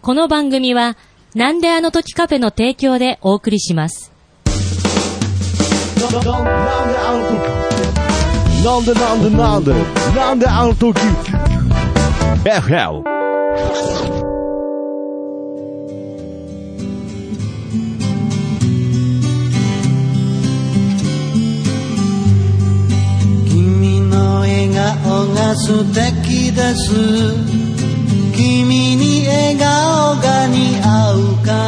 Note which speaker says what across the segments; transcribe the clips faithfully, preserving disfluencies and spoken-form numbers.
Speaker 1: この番組はなんであの時カフェの提供でお送りします。
Speaker 2: なんでなんでなんでなんであの時 エフエル
Speaker 3: 君の笑顔が素敵です。君に笑顔が似合うから。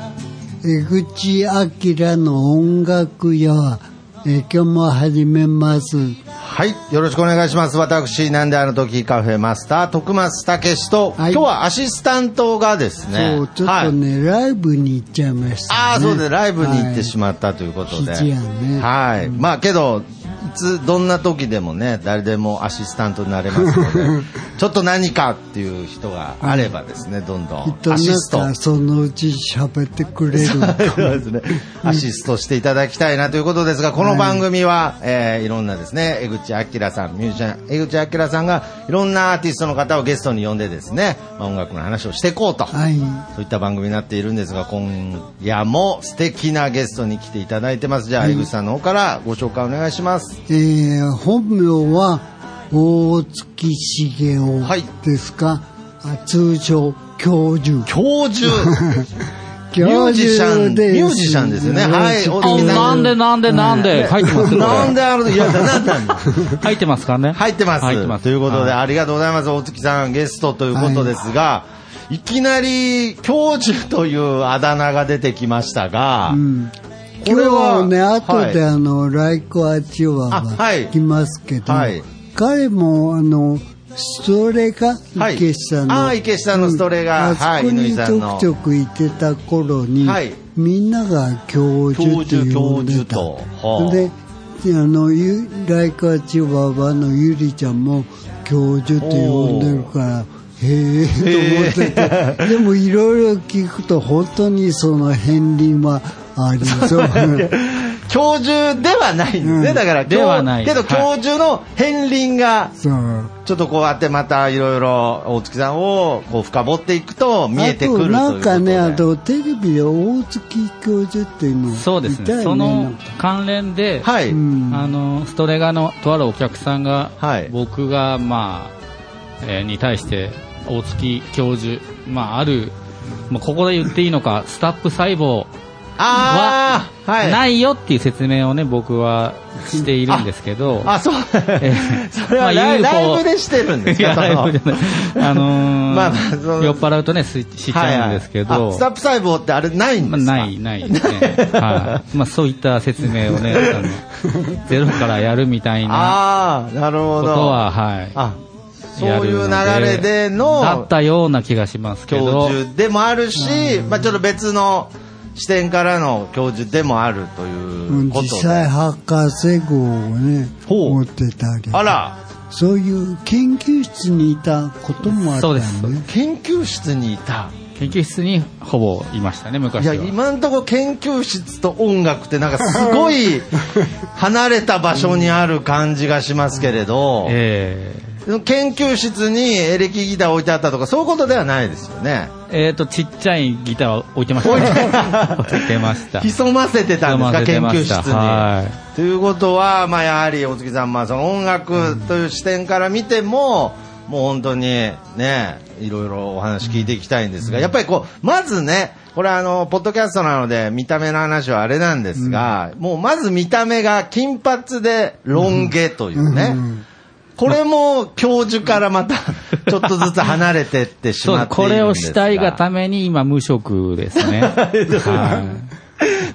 Speaker 3: 江口明の音楽屋、え今日も始めます。
Speaker 4: はい、よろしくお願いします。私なんであの時カフェマスター徳松武史と、はい、今日はアシスタントがですね、
Speaker 3: そうちょっとね、はい、ライブに行っちゃいましたね。
Speaker 4: ああ、そうでライブに行ってしまったということで、はい、
Speaker 3: ね、
Speaker 4: はい、うん、まあけどいつどんな時でもね誰でもアシスタントになれますのでちょっと何かっていう人があればですね、どんどんアシスト
Speaker 3: そのうち喋ってくれる
Speaker 4: そうですね、アシストしていただきたいなということですが、この番組は、はい、えー、いろんなですね江口明さんミュージシャン江口明さんがいろんなアーティストの方をゲストに呼んでですね、まあ、音楽の話をしていこうと、はい、そういった番組になっているんですが、今夜も素敵なゲストに来ていただいてます。じゃあ、はい、江口さんの方からご紹介お願いします。
Speaker 3: えー、本名は大月茂雄ですか、はい、通称教授
Speaker 4: 教授ミュージシャンミュージシャンですよね。はい。
Speaker 5: なんでなんでなんで入ってます
Speaker 4: なんであるいやなんなん
Speaker 5: 入ってますかね。
Speaker 4: 入ってます。入ってますということで、はい、ありがとうございます。大月さんゲストということですが、はい、いきなり教授というあだ名が出てきましたが、うん、
Speaker 3: 今日ね後であの、はい、ライクアチワが来ますけど、はい、彼もあのストレガ、はい、池下の、
Speaker 4: あ池下のストレガ、
Speaker 3: うん、あそこにちょくちょく行ってた頃に、はい、みんなが教授って呼んでた。はあ、であのライクアチワバのゆりちゃんも教授って呼んでるからへえと思っててでもいろいろ聞くと本当にその片鱗はありそう
Speaker 4: 教授ではないんですね、うん、だから
Speaker 5: ではない
Speaker 4: けど教授の片鱗がちょっとこうやってまたいろいろ大月さんをこう深掘っていくと見えてくるということで、
Speaker 3: なんかね、あとテレビで大月教授っていうのを
Speaker 5: そうですね、その関連で、はい、あのストレガのとあるお客さんが、はい、僕がまあ、えー、に対して大月教授、まあある、まあ、ここで言っていいのかスタップ細胞はないよっていう説明をね僕はしているんですけど、
Speaker 4: ああそうえそれはライブでしてるんですか。
Speaker 5: ライブじゃないあのーまあまあ、酔っ払うとねしちゃうんですけど、はいはい、
Speaker 4: スタップ細胞ってあれないんですか。
Speaker 5: まあ、ないないですね、はい、まあそういった説明をねあのゼロからやるみたいなことははい
Speaker 4: あそういう流れでの
Speaker 5: だったような気がしますけど、
Speaker 4: 教授でもあるし、まあ、ちょっと別の視点からの教授でもあるということで、
Speaker 3: 実際博士号をね持ってたり、
Speaker 4: あら
Speaker 3: そういう研究室にいたこともあったんね。
Speaker 5: そうです。
Speaker 4: 研究室にいた
Speaker 5: 研究室にほぼいましたね昔は。
Speaker 4: いや今のところ研究室と音楽ってなんかすごい離れた場所にある感じがしますけれど、えー研究室にエレキギター置いてあったとかそういうことではないですよね。
Speaker 5: えーとちっちゃいギターは置いてましたね。置いてました。
Speaker 4: 潜ませてたんですか研究室に。はい、ということは、まあ、やはり大月さん、まあ、その音楽という視点から見ても、うん、もう本当にねいろいろお話聞いていきたいんですが、うん、やっぱりこうまずねこれはあのポッドキャストなので見た目の話はあれなんですが、うん、もうまず見た目が金髪でロン毛というね、うんうんこれも教授からまたちょっとずつ離れてってしまっているんですが、これ
Speaker 5: をしたいがために今無職ですね。はい、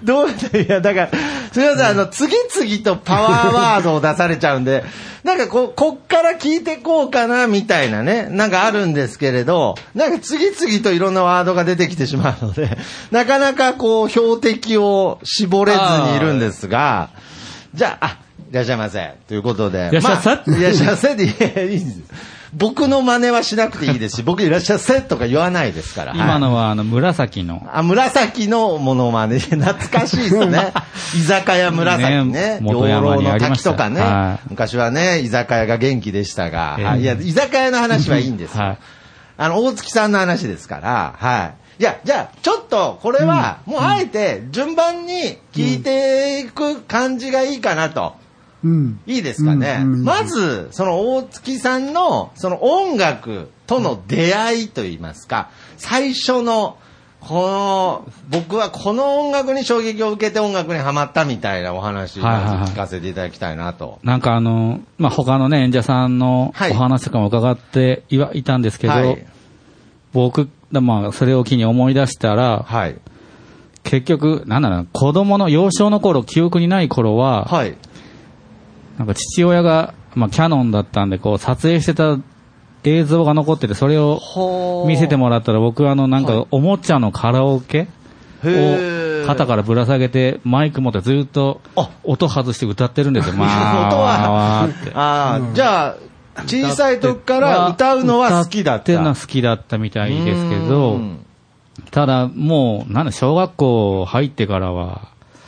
Speaker 4: どういやだからすみません、あの次々とパワーワードを出されちゃうんでなんかここっから聞いてこうかなみたいなねなんかあるんですけれど、なんか次々といろんなワードが出てきてしまうのでなかなかこう標的を絞れずにいるんですが、じゃああいらっしゃいませということで、
Speaker 5: いらっしゃいませ、ま
Speaker 4: あ、いらっしゃいませでいいんです。僕の真似はしなくていいですし、僕いらっしゃいませとか言わないですから。
Speaker 5: 今のはあの紫の、
Speaker 4: あ紫のモノマネ懐かしいですね。居酒屋紫ね、
Speaker 5: ね元山にありました
Speaker 4: 滝とかね、はい、昔はね居酒屋が元気でしたが、えー、いや居酒屋の話はいいんですよ。はい、 あの、大月さんの話ですから、はい。いや、じゃあ、ちょっと、これは、もうあえて、順番に聞いていく感じがいいかなと。うん、いいですかね。うんうん、まず、その大月さんの、その音楽との出会いといいますか、最初の、この、僕はこの音楽に衝撃を受けて音楽にハマったみたいなお話を聞かせていただきたいなと。はいはいはい、
Speaker 5: なんかあの、まあ、他のね、演者さんのお話とかも伺っていはいたんですけど、はい、僕、まあ、それを機に思い出したら、はい、結局、なんだろう、子供の幼少の頃、記憶にない頃は、はい、なんか父親が、まあ、キャノンだったんで、こう、撮影してた映像が残ってて、それを見せてもらったら、僕はあの、なんか、おもちゃのカラオケを肩からぶら下げて、マイク持ってずっと音外して歌ってるんですよ。まあ、
Speaker 4: 音は、ああ、じゃあ、小さい時から歌うのは好きだった。
Speaker 5: 歌ってるのは好きだったみたいですけど、ただもう、なんだ、小学校入ってからは、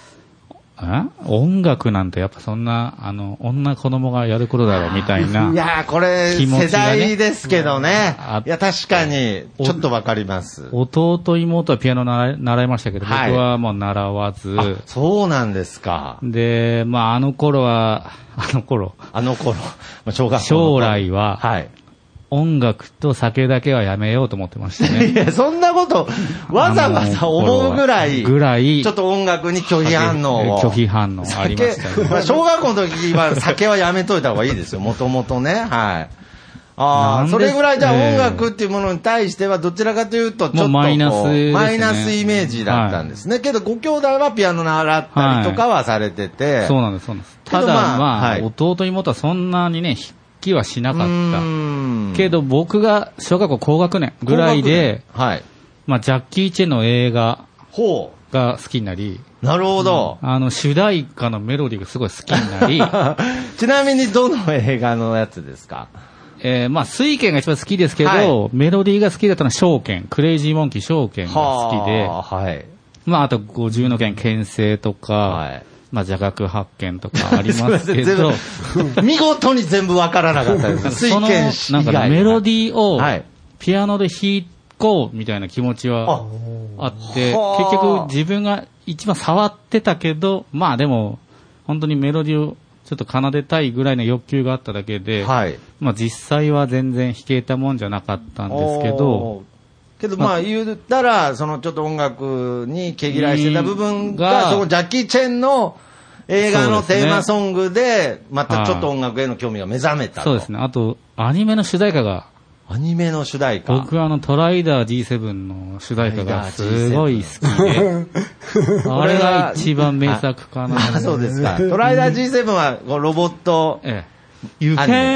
Speaker 5: 音楽なんてやっぱそんな、あの、女子供がやることだろうみたいな。
Speaker 4: いやー、これ、世代ですけどね。いや、確かに、ちょっとわかります。
Speaker 5: 弟、妹はピアノ習い、習いましたけど、はい、僕はもう習わず。
Speaker 4: そうなんですか。
Speaker 5: で、まあ、あの頃は、あの頃。
Speaker 4: あの頃。小学校。
Speaker 5: 将来は、はい。音楽と酒だけはやめようと思ってましたね。
Speaker 4: いや、そんなこと、わざわざ思うぐらい、
Speaker 5: ぐらい、
Speaker 4: ちょっと音楽に拒否反応を。
Speaker 5: 拒否反応ありましたね。
Speaker 4: まあ、小学校の時は酒はやめといた方がいいですよ、もともとね。はい。ああ、それぐらいじゃあ音楽っていうものに対してはどちらかというと、ちょっと
Speaker 5: マイナス、ね、
Speaker 4: マイナスイメージだったんですね。はい、けど、ご兄弟はピアノ習ったりとかはされてて。
Speaker 5: はい、そうなんです、そうなんです。ただ、まあ、まあはい、弟妹はそんなにね、気はしなかったけど、僕が小学校高学年ぐらいで、はい、まあ、ジャッキー・チェンの映画が好きになり、
Speaker 4: なるほど、
Speaker 5: うん、あの主題歌のメロディーがすごい好きになり
Speaker 4: ちなみにどの映画のやつですか？
Speaker 5: えー、まあ水拳が一番好きですけど、はい、メロディーが好きだったのは証券、クレイジーモンキー証券が好きで、はい、まああと五十の剣牽制とか、はい、まあ、邪学発見とかありますけど
Speaker 4: 見事に全部わからなかったです。水拳以外
Speaker 5: なんかメロディーをピアノで弾こうみたいな気持ちはあって、結局自分が一番触ってたけど、まあでも本当にメロディーをちょっと奏でたいぐらいの欲求があっただけで、はい、まあ実際は全然弾けたもんじゃなかったんですけど、
Speaker 4: けどまあ言ったら、そのちょっと音楽に毛嫌いしてた部分が、そのジャッキー・チェンの映画のテーマソングで、またちょっと音楽への興味が目覚めたと。
Speaker 5: そうですね。あと、アニメの主題歌が、
Speaker 4: アニメの主題歌。
Speaker 5: 僕はあのトライダー ジーセブン の主題歌がすごい好きで、あれが一番名作かな。
Speaker 4: あ、そうですか。トライダー ジーセブン はロボット。ええ。
Speaker 5: You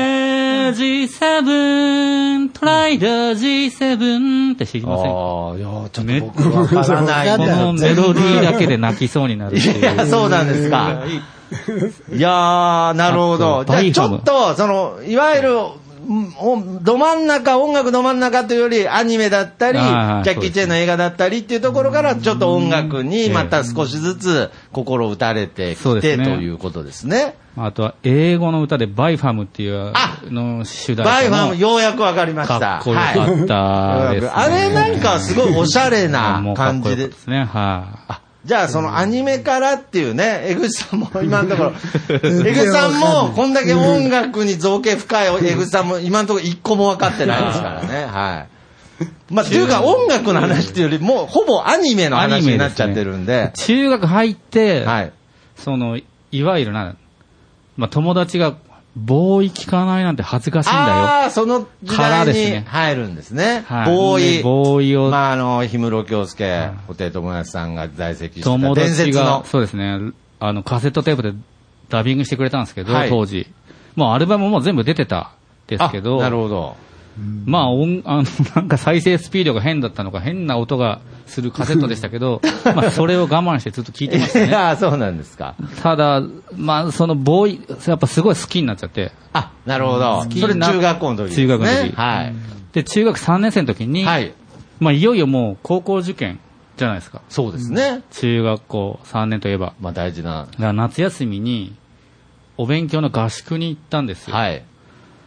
Speaker 5: can ジーセブン トライダー ジーセブン って知りませんか？
Speaker 4: ああ、いや、ちょっと僕わからない。
Speaker 5: このメロディーだけで泣きそうになるっていう。
Speaker 4: いや、そうなんですか。いやー、なるほど。じゃあちょっと、その、いわゆる、ど真ん中、音楽ど真ん中というよりアニメだったり、ジャッキー・チェンの映画だったりっていうところからちょっと音楽にまた少しずつ心打たれてきてということですね。
Speaker 5: あとは英語の歌でバイファムっていうの主題歌
Speaker 4: バイファムようやくわかりました。
Speaker 5: かっこよかったですね。
Speaker 4: あれなんかすごいおしゃれな感じで。
Speaker 5: ですね。はい。
Speaker 4: じゃあそのアニメからっていうね、江口さんも今のところ、江口さんもこんだけ音楽に造形深い江口さんも今のところ一個も分かってないですからね。はい。まあ、というか音楽の話っていうよりもほぼアニメの話になっちゃってるんで。
Speaker 5: ね、中学入って、はい、その、いわゆるな、まあ友達がボーイ聞かないなんて恥ずかしいんだよ。
Speaker 4: ああ、その時代に入るんですね。はい、ボーイ。
Speaker 5: ボーイを。
Speaker 4: まあ、あの、氷室京介、布袋寅泰さんが在籍した伝説の。
Speaker 5: そうですね。あの、カセットテープでダビングしてくれたんですけど、はい、当時。もうアルバムも全部出てたんですけど。
Speaker 4: なるほど。
Speaker 5: まあ、音、あの、なんか再生スピードが変だったのか、変な音がするカセットでしたけど、まあ、それを我慢してずっと聞いてましたね。
Speaker 4: いや、そうなんですか。
Speaker 5: ただ、まあ、そのボーイ、やっぱすごい好きになっちゃって。
Speaker 4: あ、なるほど。それ中学校の時ですね。
Speaker 5: 中学の時。
Speaker 4: はい。
Speaker 5: で、中学さんねん生の時に、はい。まあ、いよいよもう高校受験じゃないですか。
Speaker 4: そうですね。
Speaker 5: 中学校さんねんといえば。
Speaker 4: まあ、大事な。
Speaker 5: だから夏休みに、お勉強の合宿に行ったんですよ。はい。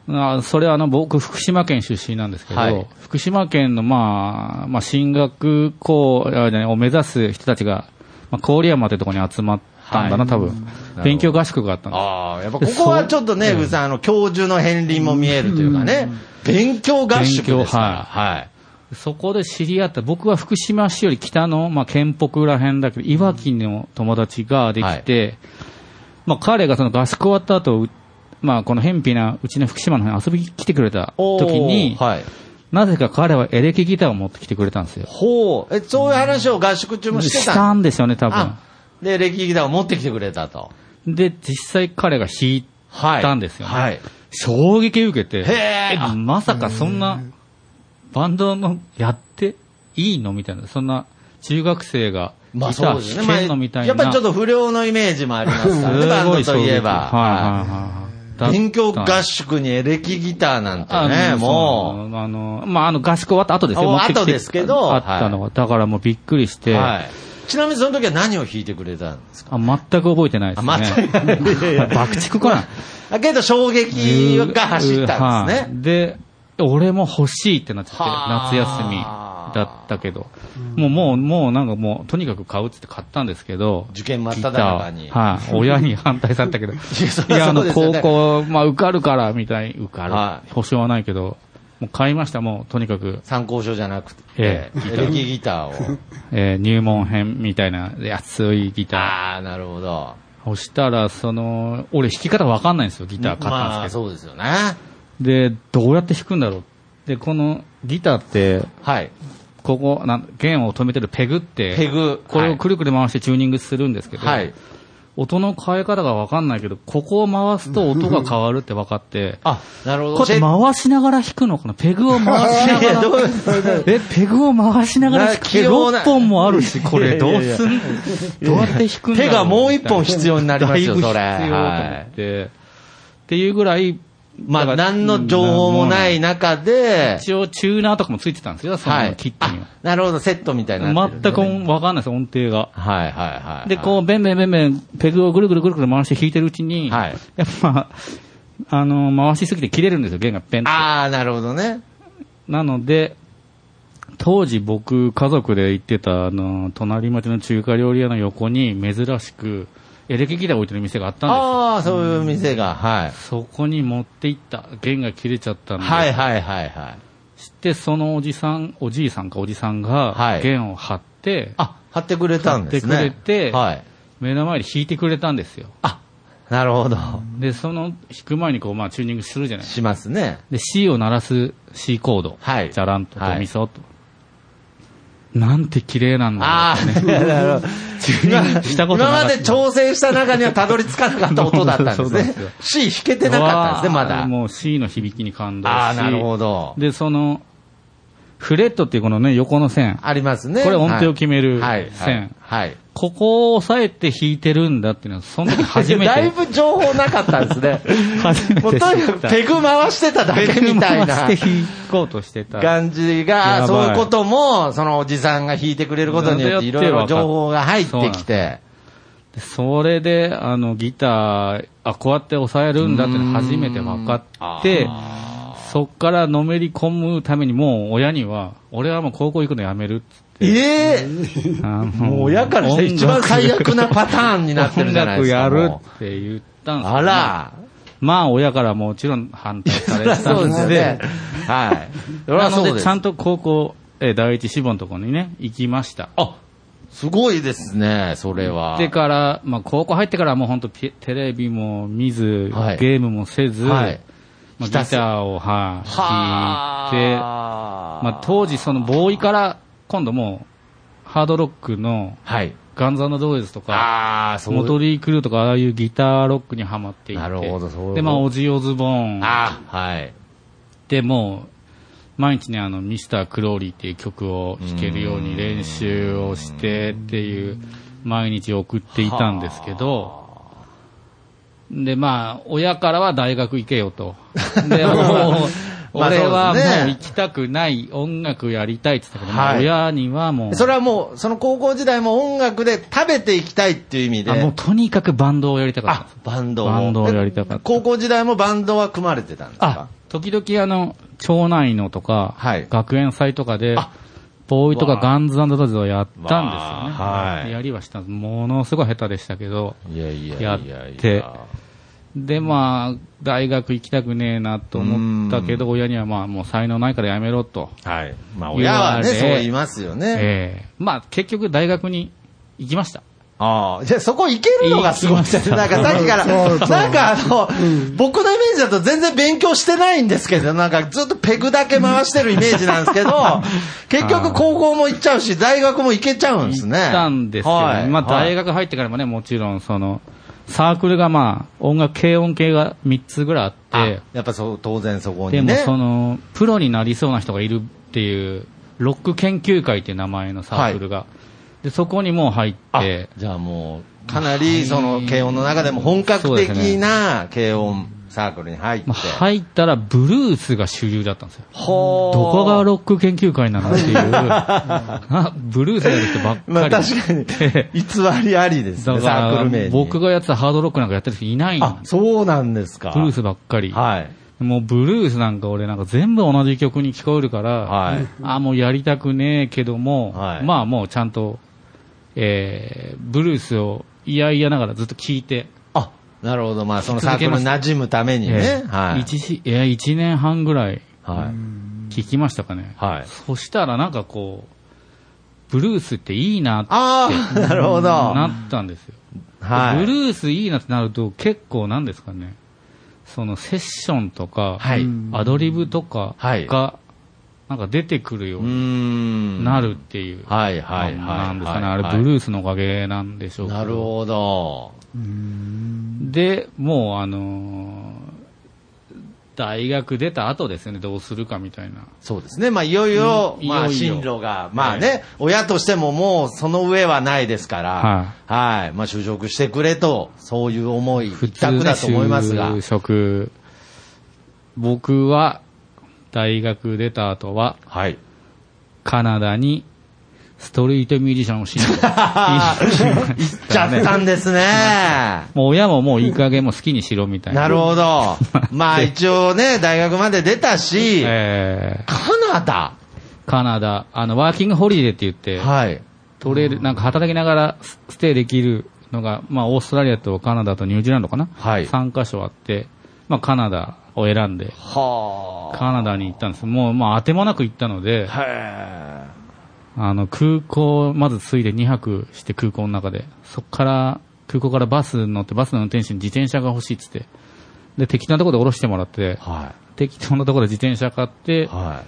Speaker 5: あそれはあの僕、福島県出身なんですけど、はい、福島県の、まあまあ、進学校を目指す人たちが、まあ、郡山というところに集まったんだな、はい、多分勉強合宿があったんです。
Speaker 4: ああ、やっぱここはちょっとね、ぐさん、あの教授の片鱗も見えるというかね、うん、勉強合宿ですから、はいはい、
Speaker 5: そこで知り合った、僕は福島市より北の、まあ、県北ら辺だけど、いわきの友達ができて、はい、まあ、彼がその合宿終わった後、まあ、この偏僻なうちの福島の方に遊びに来てくれた時に、はい、なぜか彼はエレキギターを持ってきてくれたんですよ。
Speaker 4: ほう。え、そういう話を合宿中もしてたん
Speaker 5: したんですよね、多分。
Speaker 4: で、エレキギターを持ってきてくれたと。
Speaker 5: で、実際彼が弾いたんですよね。はいはい、衝撃受けて、
Speaker 4: へ
Speaker 5: え、まさかそんなバンドのやっていいのみたいな、そんな中学生がギター弾けんのみたいな、
Speaker 4: やっぱりちょっと不良のイメージもありますからね、バンドといえば。はいはいはい。勉強合宿にエレキギターなんてね、も
Speaker 5: う。あの、まあ、あの、合宿終わった後ですよ。
Speaker 4: 後ですけど。
Speaker 5: あったのが、だからもうびっくりして。はい。
Speaker 4: ちなみにその時は何を弾いてくれたんですか？
Speaker 5: あ、全く覚えてないですね。あ、全く。爆竹かな。
Speaker 4: だけど衝撃が走ったんですね。
Speaker 5: で、俺も欲しいってなっちゃって、夏休みだったけど。もう、もう、もうなんかもう、とにかく買うって買ったんですけど。
Speaker 4: 受験真っ只中に。
Speaker 5: はい。親に反対されたけど。いや、あの、高校、まあ、受かるから、みたいに、受かる。保証はないけど、もう買いました、もう、とにかく。
Speaker 4: 参考書じゃなくて、ええ、エレキギターを。
Speaker 5: えー、入門編みたいな、安いギター。
Speaker 4: ああ、なるほど。
Speaker 5: そしたら、その、俺弾き方わかんないんですよ、ギター買ったんですけど。まあ、
Speaker 4: そうですよね。
Speaker 5: で、どうやって弾くんだろう。で、このギターって、はい。ここ、なん弦を止めてるペグって、
Speaker 4: ペグ。
Speaker 5: これをくるくる回してチューニングするんですけど、はい。音の変え方がわかんないけど、ここを回すと音が変わるって分かって、
Speaker 4: あ、なるほど。
Speaker 5: こうやって回しながら弾くのかな、ペグを回しながら。え、ペグを回しながら弾く。ろっぽんもあるし、これどうすんどうやって弾くんだろう。
Speaker 4: 手がもう一本必要になりますよ、それ。
Speaker 5: だいぶ必要と思って。っていうぐらい、
Speaker 4: まあ、何の情報もない中で、
Speaker 5: 一応チューナーとかもついてたんですよ、そのキットには。
Speaker 4: なるほど、セットみたいになってる。
Speaker 5: 全くわかんないです、音程が。
Speaker 4: はいはいはい。
Speaker 5: で、こう、ベンベンベンベン、ペグをぐるぐるぐるぐる回して弾いてるうちに、やっぱ、あの、回しすぎて切れるんですよ、弦がペンって。
Speaker 4: ああ、なるほどね。
Speaker 5: なので、当時僕、家族で行ってた、あの、隣町の中華料理屋の横に珍しく、エレキギター置いてる店があったんですよ。
Speaker 4: ああ、そういう店が、はい。
Speaker 5: そこに持って行った。弦が切れちゃったんで。
Speaker 4: はいはいはいはい。
Speaker 5: して、そのおじさん、おじいさんかおじさんが、弦を張って、
Speaker 4: あ、張ってくれたんですね。
Speaker 5: 張ってくれて、はい。目の前で弾いてくれたんですよ。
Speaker 4: あ、なるほど。
Speaker 5: で、その、弾く前にこう、まあ、チューニングするじゃないですか。
Speaker 4: しますね。
Speaker 5: で、C を鳴らす C コード。はい。じゃらんと、ドミソと。なんて綺麗なんだろうね。ああ、なるほど。
Speaker 4: したこと今まで調整した中にはたどり着かなかった音だったんですね。C 弾けてなかったんですね、まだ。
Speaker 5: もう C の響きに感動し。
Speaker 4: ああ、なるほど。
Speaker 5: で、その、フレットっていうこのね、横の線。
Speaker 4: ありますね。
Speaker 5: これ音程を決める線。
Speaker 4: はい。
Speaker 5: ここを押さえて弾いてるんだっていうのは、その時初めて。
Speaker 4: だいぶ情報なかったんですね。初めて。もうとにかくペグ回してただけみたいな。
Speaker 5: ペグ回して弾こうとしてた。
Speaker 4: 感じが、そういうことも、そのおじさんが弾いてくれることによっていろいろ情報が入ってきて。
Speaker 5: それで、あの、ギター、あ、こうやって押さえるんだって初めて分かって、そっからのめり込むためにもう親には、俺はもう高校行くのやめるって。
Speaker 4: ええー、もう親からして一番最悪なパターンになってるじゃないですか。
Speaker 5: 音楽やるって言ったんですよ、
Speaker 4: ね。あら。
Speaker 5: まあ親からもちろん反対されたんで。
Speaker 4: そうですよね。はい。
Speaker 5: なのでちゃんと高校、え第一志望のところにね、行きました。
Speaker 4: あ、すごいですね、それは。
Speaker 5: でから、まあ高校入ってからはもう本当テレビも見ず、はい、ゲームもせず、はいまあ、ギターを、はい、弾いて、まあ当時そのボーイから、今度もう、ハードロックの、はい。ガンズ&ローゼズとか、ああ、そう。モトリー・クルーとか、ああいうギターロックにハマっていて。
Speaker 4: なるほど、そう。
Speaker 5: で、まあ、オジオズボーン。
Speaker 4: ああ、はい。
Speaker 5: で、もう、毎日ね、あの、ミスター・クローリーっていう曲を弾けるように練習をしてっていう、毎日送っていたんですけど、で、まあ、親からは大学行けよと。で、もう、俺はもう行きたくない、音楽やりたいって言ったけど、はい、親にはもう。
Speaker 4: それはもう、その高校時代も音楽で食べていきたいっていう意味で。
Speaker 5: あ、もうとにかくバンドをやりたかった。
Speaker 4: あ、バンドを。
Speaker 5: バンドをやりたかった。
Speaker 4: 高校時代もバンドは組まれてたんですか？
Speaker 5: あ、 時々あの、町内のとか、はい、学園祭とかで、ボーイとかガンズ&ドーズをやったんですよね。はい、やりはしたんです。ものすごい下手でしたけど、いやいやいやいややって、で、まあ、大学行きたくねえなと思ったけど、親にはまあ、もう才能ないからやめろと。
Speaker 4: はい。まあ、親はね、そう言いますよね。
Speaker 5: ええー。まあ、結局大学に行きました。
Speaker 4: ああ、じゃあそこ行けるのがすごいですね。なんかさっきから、なんかあの、うん、僕のイメージだと全然勉強してないんですけど、なんかずっとペグだけ回してるイメージなんですけど、結局高校も行っちゃうし、大学も行けちゃうんですね。
Speaker 5: 行ったんですけど、はい、まあ大学入ってからもね、もちろんその、サークルがまあ、音楽軽音系がみっつぐらいあって、
Speaker 4: やっぱそう、当然そこにね。
Speaker 5: でもその、プロになりそうな人がいるっていう、ロック研究会っていう名前のサークルが、はい、でそこにもう入って、
Speaker 4: じゃあもう、かなりその軽音の中でも本格的な軽音サークルに入って、まあ、
Speaker 5: 入ったらブルースが主流だったんですよ。どこがロック研究会なのっていうブルースやる人ばっかり。
Speaker 4: まあ確かに偽りありですね、サークル名に。
Speaker 5: 僕がやってたハードロックなんかやってる人いないんです。
Speaker 4: あ、そうなんですか。
Speaker 5: ブルースばっかり。はい。もうブルースなんか俺なんか全部同じ曲に聞こえるから、はい、あ、もうやりたくねえけども、はい、まあもうちゃんと、えー、ブルースをいやいやながらずっと聞いて。
Speaker 4: あ、なるほど。まあそのサークルに馴染むためにね。
Speaker 5: えー、はい。一、いや、一年半ぐらい、はい。聞きましたかね。はい。そしたらなんかこう、ブルースっていいなって。
Speaker 4: ああ、なるほど。
Speaker 5: なったんですよ。はい。ブルースいいなってなると結構なんですかね。そのセッションとか、はい、アドリブとかが、なんか出てくるようになるっていう。はいはいはい。なんですかね。あれブルースのおかげなんでしょうか。
Speaker 4: なるほど。
Speaker 5: で、もうあのー、大学出た後ですよね、どうするかみたいな。
Speaker 4: そうですね。まあいよいよ、うん、まあ進路が、まあね、はい、親としてももうその上はないですから、はい。はい。まあ就職してくれと、そういう思い一択だと思いますが。
Speaker 5: 就職、僕は大学出た後は、はい。カナダにストリートミュージシャンをしに行っち
Speaker 4: ゃったんですね。
Speaker 5: もう親ももういい加減も好きにしろみたいな。
Speaker 4: なるほど。まあ一応ね、大学まで出たし、えー、カナダ
Speaker 5: カナダ、あの、ワーキングホリデーって言って、はい。取れる、なんか働きながらステイできるのが、まあオーストラリアとカナダとニュージーランドかな。はい。さんカ所あって、まあカナダを選んで、はあ。カナダに行ったんです。もう、まあ当てもなく行ったので、へー。あの、空港、まず着いてにはくして空港の中で、そっから、空港からバス乗って、バスの運転手に自転車が欲しいっつって、で、適当なところで降ろしてもらって、はい、適当なところで自転車買って、はい、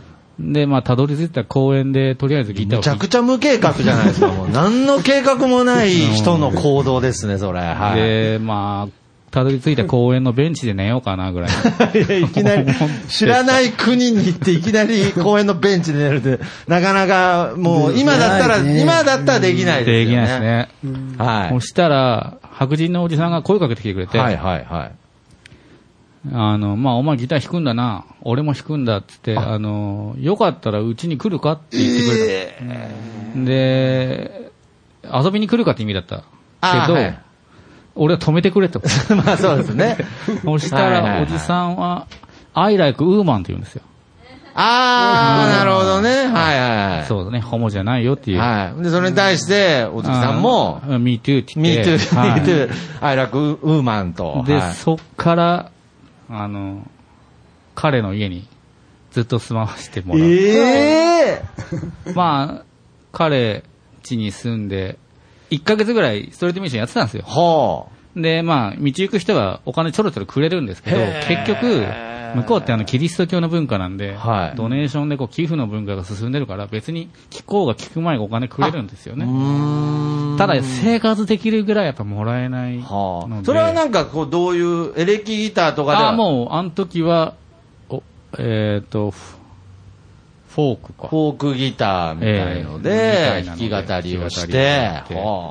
Speaker 5: で、まあ、たどり着いた公園で、とりあえずギターを。
Speaker 4: めちゃくちゃ無計画じゃないですか、もう。何の計画もない人の行動ですね、それ。はい、
Speaker 5: で、まあ、たどり着いた公園のベンチで寝ようかなぐらい。
Speaker 4: いや、いきなり、知らない国に行っていきなり公園のベンチで寝るって、なかなかもう今だったら、今だったらできないですよね。
Speaker 5: できないですね。はい。そしたら、白人のおじさんが声かけてきてくれて、はいはいはい。あの、まあ、お前ギター弾くんだな、俺も弾くんだっつって、あ, あの、よかったらうちに来るかって言ってくれた。えー、で、遊びに来るかって意味だった。けど、はい、俺は止めてくれと。
Speaker 4: まあそうですね。
Speaker 5: そしたら、おじさんは、I like woman って言うんですよ。
Speaker 4: あー、なるほどね。はいはいはい。
Speaker 5: そうだね、ホモじゃないよっていう。
Speaker 4: はい。で、それに対して、お月さんも、
Speaker 5: me too って言って。
Speaker 4: me too, me too, I like woman と。
Speaker 5: で、そっから、あの、彼の家にずっと住まわしてもらって。えー、まあ、彼家に住んで、いっかげつぐらいストリートミュージシャンやってたんですよ。はあ、で、まあ、道行く人はお金ちょろちょろくれるんですけど、結局、向こうってあのキリスト教の文化なんで、はい、ドネーションでこう寄付の文化が進んでるから、別に聞こうが聞く前がお金くれるんですよね。ただ、生活できるぐらいやっぱもらえないので。は
Speaker 4: あ、それはなんかこう、どういうエレキギターとかでは。
Speaker 5: あ、もう、あの時は、おえっ、ー、と、フォークか。
Speaker 4: フォークギターみたいので、弾き語りをして、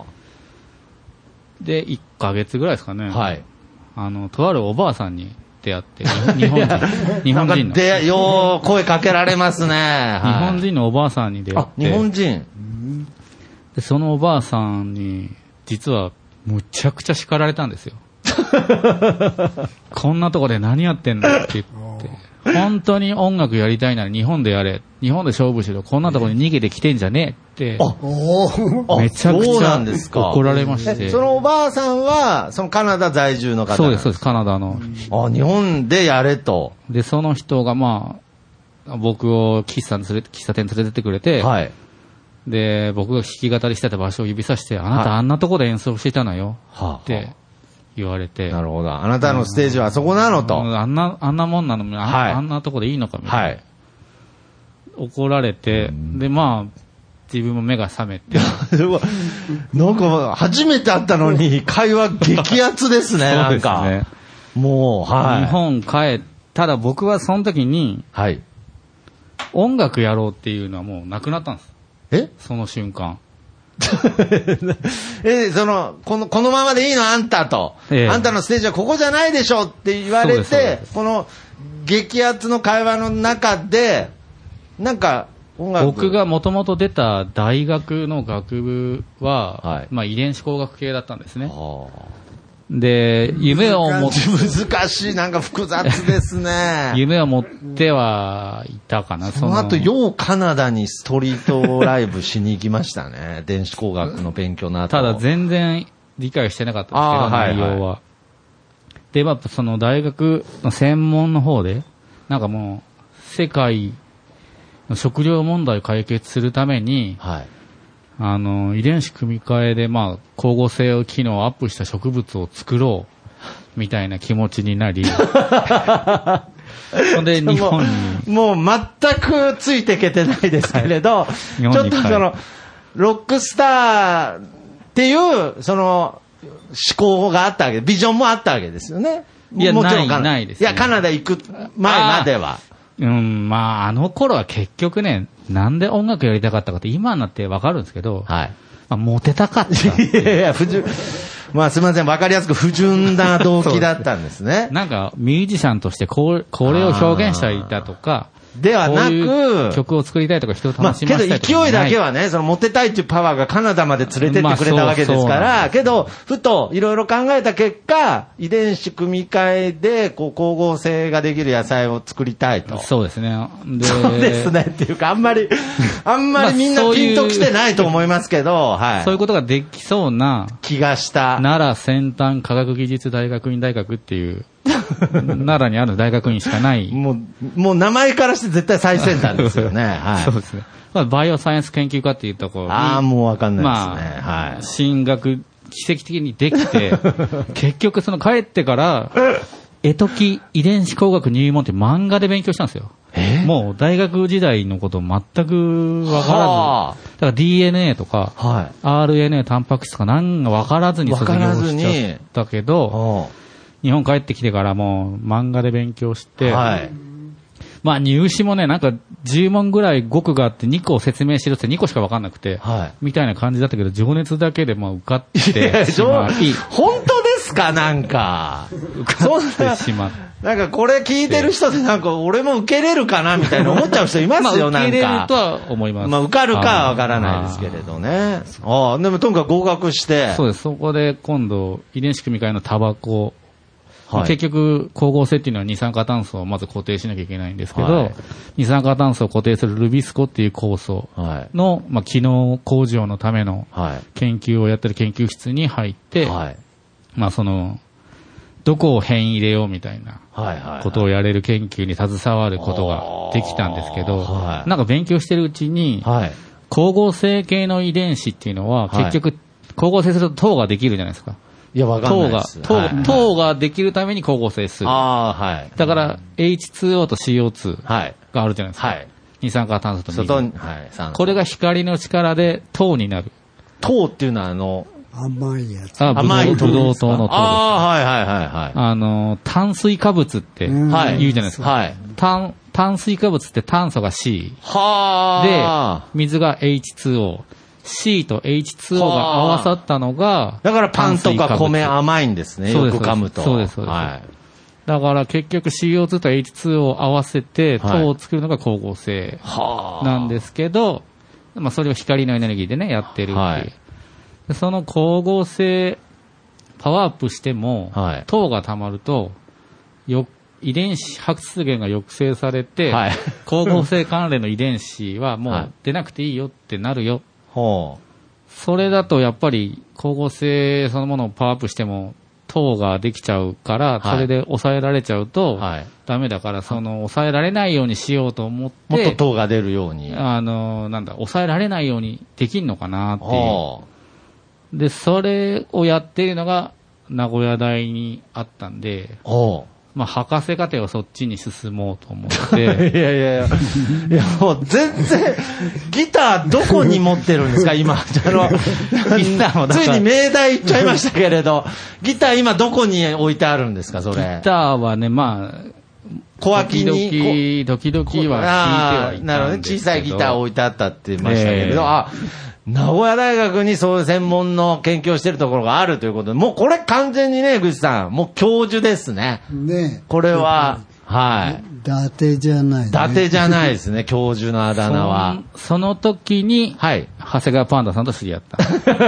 Speaker 5: で、いっかげつぐらいですかね。はい。あの、とあるおばあさんに出会って、日本人。日本人の。
Speaker 4: で、よー、声かけられますね。
Speaker 5: はい、日本人のおばあさんに出会って。
Speaker 4: あ、日本人。
Speaker 5: で、そのおばあさんに、実は、むちゃくちゃ叱られたんですよ。こんなとこで何やってんだって言って。 本当に音楽やりたいなら日本でやれ。日本で勝負しろ。こんなところに逃げてきてんじゃねえって。めちゃくちゃ怒られまして。
Speaker 4: そのおばあさんは、そのカナダ在住の方なんですか？
Speaker 5: そうです、そうです、カナダの。
Speaker 4: あ、日本でやれと。
Speaker 5: で、その人がまあ、僕を喫茶に連れて、喫茶店に連れてってくれて、はい。で、僕が弾き語りしてた場所を指さして、あなたあんなとこで演奏してたのよ。はって。言われて。
Speaker 4: なるほど。あなたのステージはあそこなのと。
Speaker 5: あんな、あんなもんなのに、はい、あんなとこでいいのかみたいな。はい。怒られて、で、まあ、自分も目が覚めて。
Speaker 4: なんか、初めて会ったのに、会話激アツですね、なんか。そうですね。もう、はい。
Speaker 5: 日本帰っただ僕はその時に、はい。音楽やろうっていうのはもうなくなったんです。
Speaker 4: え？
Speaker 5: その瞬間。
Speaker 4: え、その、この、このままでいいのあんたと、ええ。あんたのステージはここじゃないでしょって言われて、この激アツの会話の中で、なんか、音楽
Speaker 5: 僕がもともと出た大学の学部は、はい、まあ遺伝子工学系だったんですね。はあ、で、夢を持って。
Speaker 4: 難しい、なんか複雑ですね。
Speaker 5: 夢を持ってはいたかな、
Speaker 4: その後、ようカナダにストリートライブしに行きましたね。電子工学の勉強の後。
Speaker 5: ただ全然理解してなかったんですけど、内容は。はいはい、で、まあ、その大学の専門の方で、なんかもう、世界の食料問題を解決するために、はい、あの、遺伝子組み換えで、まあ、光合成を機能をアップした植物を作ろう、みたいな気持ちになり、それで日本に。
Speaker 4: もう、もう全くついていけてないですけれど、はい、ちょっとその、ロックスターっていう、その、思考があったわけで、ビジョンもあったわけですよね。
Speaker 5: いや、もちろんない、ないです、
Speaker 4: ね。いや、カナダ行く前までは。
Speaker 5: うん、まあ、あの頃は結局ね、なんで音楽やりたかったかって今になってわかるんですけど、はい。まあ、モテたかった。
Speaker 4: いやいや、不純、まあすみません、わかりやすく不純な動機だったんですね。
Speaker 5: なんか、ミュージシャンとしてこう、これを表現したいだとか、
Speaker 4: ではなく、
Speaker 5: こういう曲を作りたいとか人を楽しませたいとか、
Speaker 4: まあ、けど勢いだけはね、そのモテたいっていうパワーがカナダまで連れてってくれたわけですから、まあ、けど、ふといろいろ考えた結果、遺伝子組み換えで、こう、光合成ができる野菜を作りたいと。
Speaker 5: そうですね。
Speaker 4: でそうですねっていうか、あんまり、あんまりみんなピンときてないと思いますけど、はい。
Speaker 5: そういうことができそうな
Speaker 4: 気がした。
Speaker 5: 奈良先端科学技術大学院大学っていう、奈良にある大学院しかない。
Speaker 4: もう、もう名前からして絶対最先端ですよね。はい。
Speaker 5: そうですね。まあ、バイオサイエンス研究科っていうところに。
Speaker 4: ああ、もうわかんないですね。
Speaker 5: まあ、
Speaker 4: はい。
Speaker 5: 進学、奇跡的にできて、結局その帰ってから、絵解き遺伝子工学入門って漫画で勉強したんですよ。えもう大学時代のこと全くわからず、だから ディーエヌエー とか、はい、アールエヌエー タンパク質とか何がわからずに卒業しちゃったけど、日本帰ってきてからもう漫画で勉強して、はい、まあ入試もね、なんかじゅう問ぐらい語句があってにこを説明してるってにこしか分かんなくて、はい、みたいな感じだったけど、情熱だけでまあ受かってしまい。
Speaker 4: 本当ですかなんか。
Speaker 5: 受かってしまって。
Speaker 4: なんかこれ聞いてる人でなんか俺も受けれるかなみたいな思っちゃう人いますよ、なんか。
Speaker 5: 受けれるとは思います。
Speaker 4: まあ受かるかは分からないですけれどね。ああ、でもとにかく合格して。
Speaker 5: そうです。そこで今度遺伝子組み換えのタバコ、はい、結局、光合成っていうのは二酸化炭素をまず固定しなきゃいけないんですけど、はい、二酸化炭素を固定するルビスコっていう酵素の、はい、まあ、機能向上のための研究をやってる研究室に入って、はい、まあその、どこを変入れようみたいなことをやれる研究に携わることができたんですけど、はい、なんか勉強してるうちに、はい、光合成系の遺伝子っていうのは結局、光合成すると糖ができるじゃないですか。
Speaker 4: いや、わかんないです。
Speaker 5: 糖が、糖、はい、糖ができるために光合成する。
Speaker 4: ああ、はい。
Speaker 5: だから、エイチツーオー と シーオーツー があるじゃないですか。はい。二酸化炭素と水。
Speaker 4: 外に、はい。酸素。
Speaker 5: これが光の力で糖になる。
Speaker 4: 糖っていうのはあの、
Speaker 3: 甘いやつ。
Speaker 5: あ、甘いブドウ糖の糖です。
Speaker 4: ああ、はいはいはいはい。
Speaker 5: あの、炭水化物って言うじゃないですか。はい。炭、炭水化物って炭素が C。はあ。で、水が エイチツーオー。C と エイチツーオー が合わさったのが、
Speaker 4: だからパンとか米甘いんですね。よく噛むと。
Speaker 5: そうです、そうです。はい。だから結局 シーオーツー と エイチツーオー を合わせて糖を作るのが光合成なんですけど、まあそれを光のエネルギーでね、やってるっていう。はい、でその光合成、パワーアップしても、はい、糖が溜まると、よ、 遺伝子発現が抑制されて、はい、光合成関連の遺伝子はもう出なくていいよってなるよ。
Speaker 4: はい、
Speaker 5: それだとやっぱり光合成そのものをパワーアップしても糖ができちゃうから、それで抑えられちゃうとダメだから、その抑えられないようにしようと思って、
Speaker 4: もっと糖が出るように。
Speaker 5: あの、なんだ、抑えられないようにできんのかなっていう。で、それをやっているのが名古屋大にあったんで、まあ、博士課程はそっちに進もうと思って。い
Speaker 4: やいやいや、いやもう全然、ギターどこに持ってるんですか、今。あの、ギターもついに命題言っちゃいましたけれど、ギター今どこに置いてあるんですか、それ。
Speaker 5: ギターはね、まあ、
Speaker 4: 小脇に。
Speaker 5: 時々、時々は弾いてはいたんですけど。
Speaker 4: なるほどね、小さいギター置いてあったって言いましたけれど、えー、あ、名古屋大学にそういう専門の研究をしているところがあるということで、もうこれ完全にね、ぐちさん、もう教授ですね。
Speaker 3: ね。
Speaker 4: これは、はい。
Speaker 3: 伊達じゃない、ね。
Speaker 4: 伊達じゃないですね、教授のあだ名は。
Speaker 5: そ, その時に、はい。長谷川パンダさんと知り合った。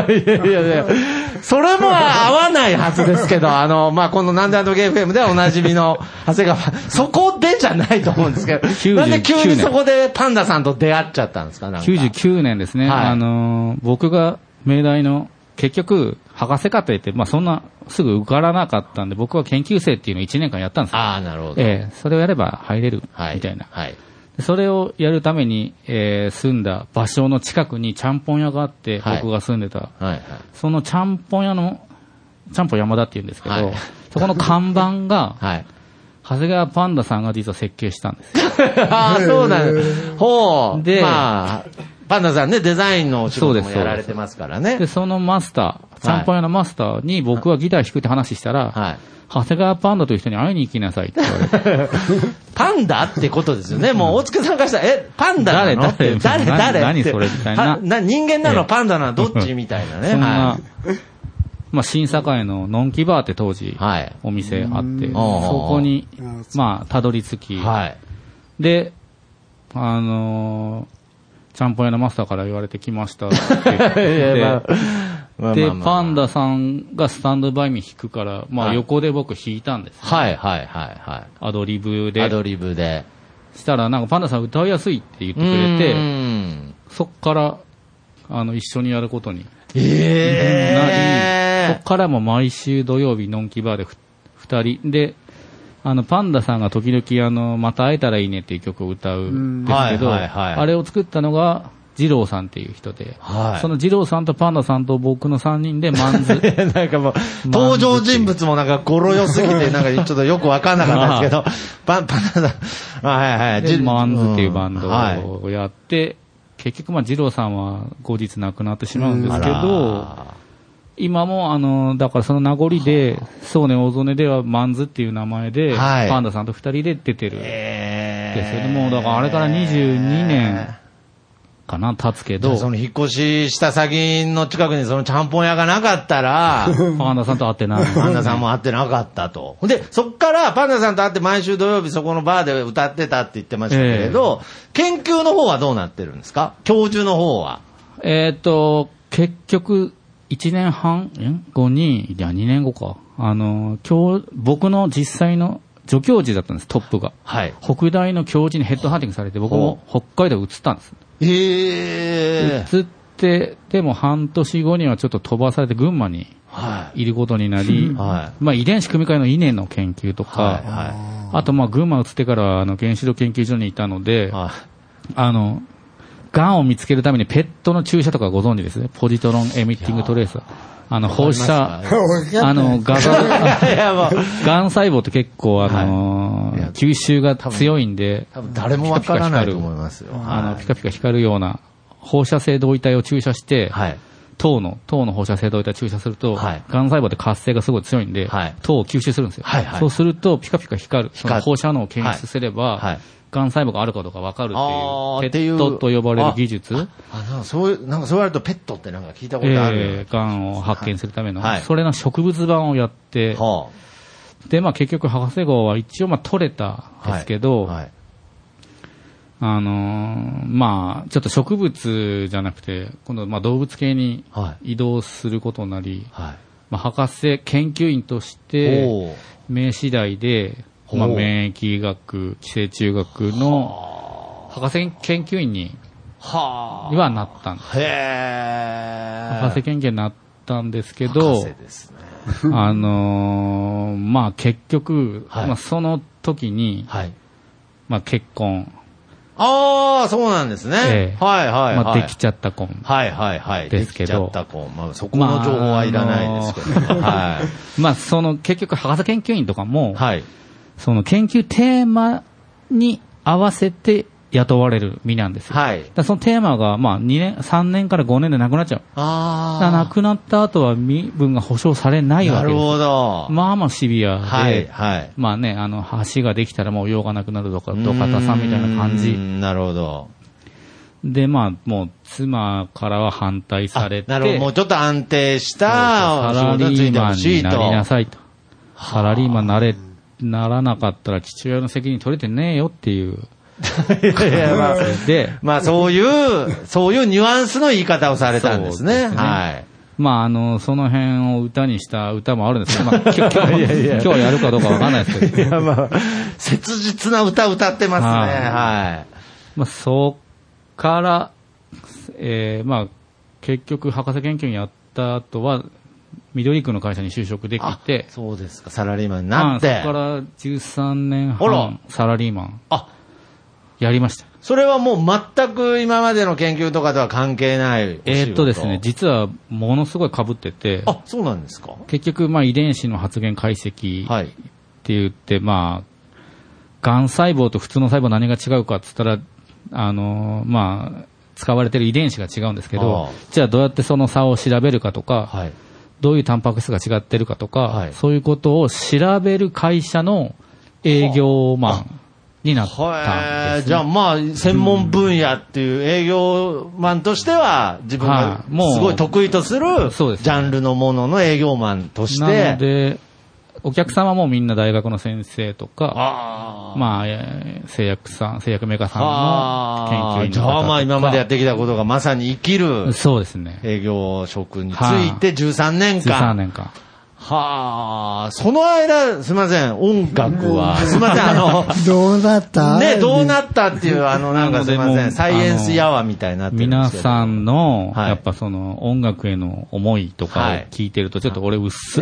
Speaker 4: いやいやいや、それも合わないはずですけど、あの、まあ、このなんであのゲーム エフエム ではおなじみの長谷川、そこでじゃないと思うんですけど、なんで急にそこでパンダさんと出会っちゃったんですか、なんか。
Speaker 5: きゅうじゅうきゅうねんですね。はい、あの、僕が明大の、結局、博士課程って、まあ、そんなすぐ受からなかったんで、僕は研究生っていうのをいちねんかんやったんですよ。
Speaker 4: ああ、なるほど。
Speaker 5: ええー、それをやれば入れる、みたいな。はい。はい、それをやるために、えー、住んだ場所の近くにちゃんぽん屋があって、はい、僕が住んでた。はいはい、そのちゃんぽん屋の、ちゃんぽん山田って言うんですけど、はい、そこの看板が、はい、長谷川パンダさんが実は設計したんです。
Speaker 4: ああ、そうなんです。ほう。で、まあ、パンダさんね、デザインのお仕事もやられてますからね。
Speaker 5: で、そのマスター、ちゃんぽん屋のマスターに僕はギター弾くって話したら、はい、長谷川パンダという人に会いに行きなさいって言われて。
Speaker 4: パンダってことですよね。もう大塚さんからしたら、え、パンダなの
Speaker 5: 誰誰
Speaker 4: 誰誰
Speaker 5: 何それみたいな。
Speaker 4: な人間なのパンダなのどっちみたいなね。そんな、はい、
Speaker 5: まあ、新栄ののんきバーって当時、お店あって、そこに、まあ、たどり着き、はい、で、あのー、ちゃんぽん屋のマスターから言われてきましたって言って、で、パンダさんがスタンドバイミー弾くから、まあ横で僕弾いたんです、ね。
Speaker 4: はいはいはいはい。
Speaker 5: アドリブで。
Speaker 4: アドリブで。
Speaker 5: したらなんかパンダさん歌いやすいって言ってくれて、そっからあの一緒にやることに
Speaker 4: えー、
Speaker 5: なり、そっからも毎週土曜日のんきバーで二人で、あのパンダさんが時々あのまた会えたらいいねっていう曲を歌うんですけど、はいはいはい、あれを作ったのが二郎さんっていう人で、はい、その二郎さんとパンダさんと僕の三人でマンズ
Speaker 4: なんかもう登場人物もなんか語呂良すぎてなんかちょっとよくわかんなかったんですけど、パンパンダさんはいはい
Speaker 5: でマンズっていうバンドをやって、うんはい、結局まあ二郎さんは後日亡くなってしまうんですけど、今もあのだからその名残でそうね大曽根ではマンズっていう名前で、はい、パンダさんと二人で出てるんですよね。もうだからあれからにじゅうにねんかな経つけど、
Speaker 4: その引っ越しした先の近くにそのちゃんぽん屋がなかったら
Speaker 5: パンダさんと会ってない。
Speaker 4: パンダさんも会ってなかったと。でそっからパンダさんと会って毎週土曜日そこのバーで歌ってたって言ってましたけれど、えー、研究の方はどうなってるんですか？教授の方は。
Speaker 5: えっと結局いちねんはん後に、いやにねんごか、あの今日僕の実際の助教授だったんです、トップが。はい。北大の教授にヘッドハンティングされて、僕も北海道移ったんです。
Speaker 4: へー。
Speaker 5: 移って、でも半年後にはちょっと飛ばされて群馬にいることになり、はい、まあ遺伝子組み換えの稲の研究とか、はいはい、あとまあ群馬移ってからあの原子炉研究所にいたので、はい、あの、癌を見つけるためにペットの注射とかご存知ですね。ポジトロンエミッティングトレーサー。あの、放射、あの、ガが、癌細胞って結構、あのー、吸収が強いんで、
Speaker 4: 多分誰もわからないと思いますよ。
Speaker 5: あの、ピカピカ光るような放射性同位体を注射して、はい、糖の、糖の放射性同位体を注射すると、はい、癌細胞って活性がすごい強いんで、はい、糖を吸収するんですよ。はいはい、そうすると、ピカピカ光る、その放射能を検出すれば、はいはい、癌細胞があるかどうか分かるっていう、ペットと呼ばれる技術。
Speaker 4: ああなんかそういう、なんかそう言われるとペットってなんか聞いたことある、
Speaker 5: えー、癌を発見するための、はい、それの植物版をやって、はい、で、まあ結局博士号は一応まあ取れたんですけど、はいはい、あのー、まあちょっと植物じゃなくて、今度まあ動物系に移動することになり、はい、まあ博士研究員として、名次第で、 まあ、免疫学、寄生虫学の博士研究員にはなったんです。
Speaker 4: へー。
Speaker 5: 博士研究になったんですけど、
Speaker 4: 博士ですね。
Speaker 5: あのー、まあ結局、
Speaker 4: はい、
Speaker 5: まあその時に、はい、まあ結婚。
Speaker 4: ああ、そうなんですね。えー、はいはいはい。
Speaker 5: まあできちゃった婚。
Speaker 4: はいはいはい。
Speaker 5: ですけど。
Speaker 4: できちゃった婚。まあそこの情報はいらないですけど。まあ、あのー、はい。
Speaker 5: まあその結局博士研究員とかも、
Speaker 4: はい。
Speaker 5: その研究テーマに合わせて雇われる身なんですよ。
Speaker 4: はい。
Speaker 5: だそのテーマが、まあ、にねん、さんねんからごねんでなくなっちゃう。
Speaker 4: あ
Speaker 5: あ。なくなった後は身分が保証されないわけです。
Speaker 4: なるほど。
Speaker 5: まあまあシビアで。
Speaker 4: はい、はい。
Speaker 5: まあね、あの、橋ができたらもう用がなくなるとか、土方さんみたいな感じ。
Speaker 4: なるほど。
Speaker 5: で、まあ、もう、妻からは反対されて。
Speaker 4: なるほど。もうちょっと安定した
Speaker 5: サラリーマンになりなさいと。サラリーマンなれ、ならなかったら父親の責任取れてねえよっていう。
Speaker 4: いやいや、まあ、で、まあそういう、そういうニュアンスの言い方をされたんですね。ですね、はい。
Speaker 5: まああの、その辺を歌にした歌もあるんですけど、まあ今日、今日、今日はやるかどうかわかんないですけど。
Speaker 4: いやまあ、切実な歌歌ってますね。はい。はい、
Speaker 5: まあそっから、えー、まあ結局博士研究員やった後は、緑区の会社に就職できて。
Speaker 4: そうですか、サラリーマンになって。
Speaker 5: まあ、そこからじゅうさんねんはん、サラリーマン。
Speaker 4: あ、
Speaker 5: やりました。
Speaker 4: それはもう全く今までの研究とかとは関係ない
Speaker 5: えーっとですね、実はものすごい被ってて。
Speaker 4: あ、そうなんですか。
Speaker 5: 結局、まあ遺伝子の発現解析って言って、はい、まあ、癌細胞と普通の細胞何が違うかって言ったら、あのー、まあ、使われてる遺伝子が違うんですけど、じゃあどうやってその差を調べるかとか、はい、どういうタンパク質が違ってるかとか、はい、そういうことを調べる会社の営業マンになったんです、ね。
Speaker 4: じゃあまあ、専門分野っていう営業マンとしては、自分がすごい得意とするジャンルのものの営業マンとして。
Speaker 5: なので、お客様もみんな大学の先生とか、あまあ、製薬さん、製薬メーカーさんの研究員の方とか。
Speaker 4: じゃあまあ今までやってきたことがまさに生きる。
Speaker 5: そうですね。
Speaker 4: 営業職についてじゅうさんねんかん。
Speaker 5: じゅうさんねんかん。
Speaker 4: はあ、その間、すみません、音楽は、すみません、あの、
Speaker 3: どうなった
Speaker 4: ね、どうなったっていう、あの、なんかすみません、サイエンスヤワーみたいになってるんですけど。
Speaker 5: 皆さんの、やっぱその、音楽への思いとかを聞いてると、ちょっと俺、うっす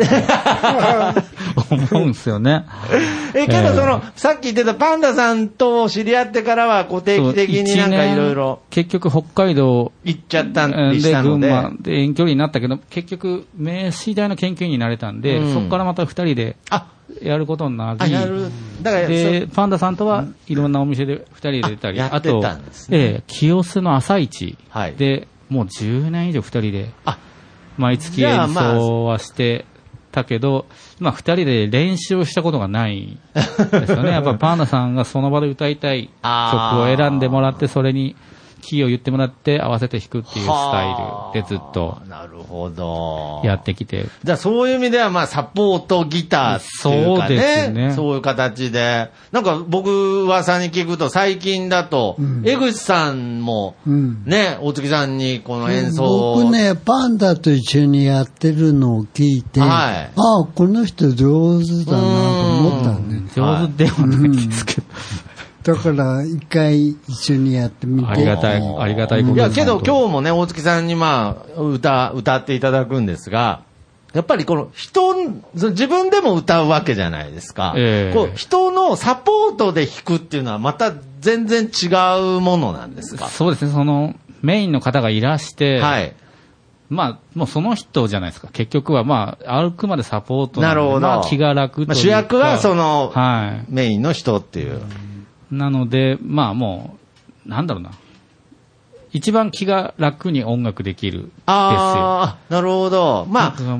Speaker 5: 思うんですよね。
Speaker 4: え、けどその、さっき言ってたパンダさんと知り合ってからは、定期的になんかいろいろ。
Speaker 5: 結局、北海道
Speaker 4: 行っちゃったんで、群馬
Speaker 5: で遠距離になったけど、結局、名刺大の研究員になれたんで、うん、そこからまた二人でやることになり、
Speaker 4: やるだから
Speaker 5: でパンダさんとはいろんなお店で二人で出たり、
Speaker 4: あ, あと、ね、
Speaker 5: えー、清須の朝市で、はい、もうじゅうねん以上二人で毎月演奏はしてたけど、まあ二人で練習をしたことがないですよね。やっぱパンダさんがその場で歌いたい曲を選んでもらって、それにキーを言ってもらって合わせて弾くっていうスタイルでずっと
Speaker 4: なるほど
Speaker 5: やってきて、
Speaker 4: じゃあそういう意味ではまあサポートギターっていうかね、そうですね、そういう形で、なんか僕噂に聞くと最近だと、うん、江口さんもね、うん、大月さんにこの演奏を、
Speaker 3: 僕ねパンダと一緒にやってるのを聞いて、はい、ああこの人上手だなと思ったね。
Speaker 5: 上手ではないですけど、
Speaker 3: だから一回一緒にやってみて。
Speaker 5: ありがたい、ありがたいこと
Speaker 4: です。いや、けど今日もね、大月さんにまあ、歌、歌っていただくんですが、やっぱりこの人、自分でも歌うわけじゃないですか。えー、こう人のサポートで弾くっていうのはまた全然違うものなんですか？
Speaker 5: そうですね、そのメインの方がいらして、はい。まあ、もうその人じゃないですか。結局はまあ、あくまでサポートなので、なるほど。まあ、気が楽というか。
Speaker 4: まあ、主役はその、はい。メインの人っていう。
Speaker 5: なので、まあもう、なんだろうな。一番気が楽に音楽できるですよ。
Speaker 4: ああ、なるほど。まあ、うん、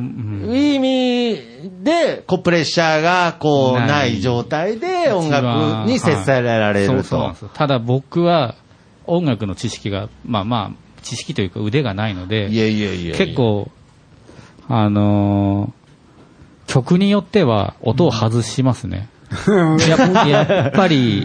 Speaker 4: いい意味で、こう、プレッシャーが、こう、ない、ない状態で音楽に接されられると。はい、そうそうなんですよ。
Speaker 5: ただ僕は、音楽の知識が、まあまあ、知識というか腕がないので、
Speaker 4: いやいやいやいや
Speaker 5: 結構、あのー、曲によっては音を外しますね。うん、や, やっぱり、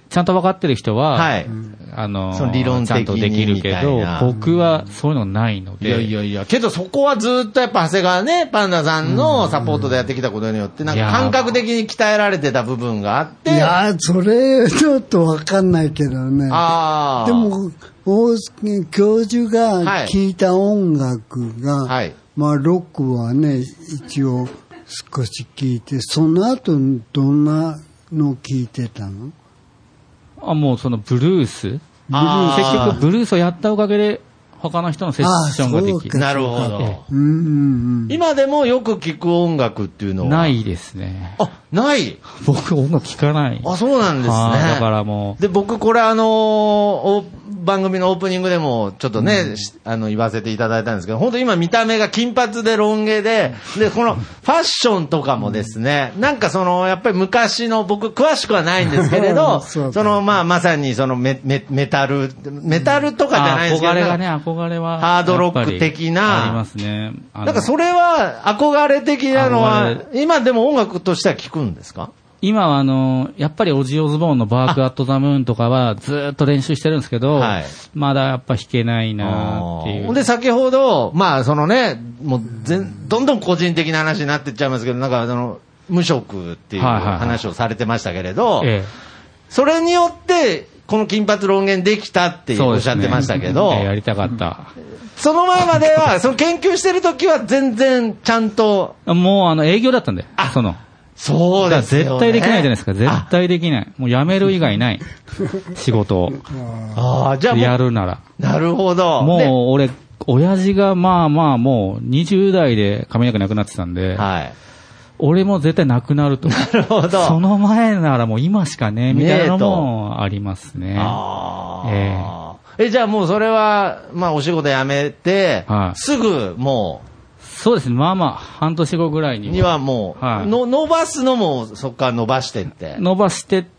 Speaker 5: ちゃんと分かってる人は、はい、あの
Speaker 4: その理論的に
Speaker 5: ちゃんとできるけど、僕はそういうのないので。
Speaker 4: いやいやいや、けどそこはずっとやっぱ長谷川ね、パンダさんのサポートでやってきたことによって、なんか感覚的に鍛えられてた部分があって。
Speaker 3: いや、それちょっとわかんないけどね。あでも、大月教授が聴いた音楽が、はい、まあロックはね、一応少し聴いて、その後どんなの聴いてたの？
Speaker 5: あ、もうそのブルース、ブルース結局ブルースをやったおかげで他の人のセッションができる。
Speaker 4: なるほど。うんうんうん、今でもよく聴く音楽っていうのは
Speaker 5: ないですね。
Speaker 4: あ、ない。
Speaker 5: 僕音楽聴かない。
Speaker 4: あ、そうなんですね。
Speaker 5: だからも
Speaker 4: う。で、僕これあのー番組のオープニングでもちょっとね、うん、あの言わせていただいたんですけど、本当今見た目が金髪でロン毛で、で、このファッションとかもですね、なんかその、やっぱり昔の、僕詳しくはないんですけれど、そのまあまさにそのメ、メ、メタル、メタルとかじゃないですけど、
Speaker 5: 憧れがね、憧れは。
Speaker 4: ハードロック的な。
Speaker 5: ありますね。
Speaker 4: なんかそれは憧れ的なのは、今でも音楽としては聞くんですか？
Speaker 5: 今はあの、やっぱりオジー・オズボーンのバーク・アット・ザ・ムーンとかはずっと練習してるんですけど、はい、まだやっぱ弾けないなっていう。
Speaker 4: で、先ほど、まあそのね、もう全、どんどん個人的な話になってっちゃいますけど、なんかその、無職っていう話をされてましたけれど、はいはいはい、それによって、この金髪ロン毛できたっておっしゃってましたけど、
Speaker 5: ね、やりたかった。
Speaker 4: その前までは、その研究してる時は全然ちゃんと。
Speaker 5: もうあの営業だったんで、あ、その。
Speaker 4: そうですよね。
Speaker 5: 絶対できないじゃないですか。絶対できない。もう辞める以外ない。仕事を。
Speaker 4: ああ、じゃあ
Speaker 5: やるなら。
Speaker 4: なるほど。
Speaker 5: もう俺、親父がまあまあもうにじゅう代で髪の毛なくなってたんで、はい、俺も絶対なくなると。
Speaker 4: なるほど。
Speaker 5: その前ならもう今しかね、みたいなのもありますね。
Speaker 4: あえー、え、じゃあもうそれは、まあお仕事辞めて、はい、すぐもう、
Speaker 5: そうですね。まあまあ、半年後ぐらいには。
Speaker 4: にはもう、はい、の伸ばすのもそこから伸ばしてって。
Speaker 5: 伸ばしてって、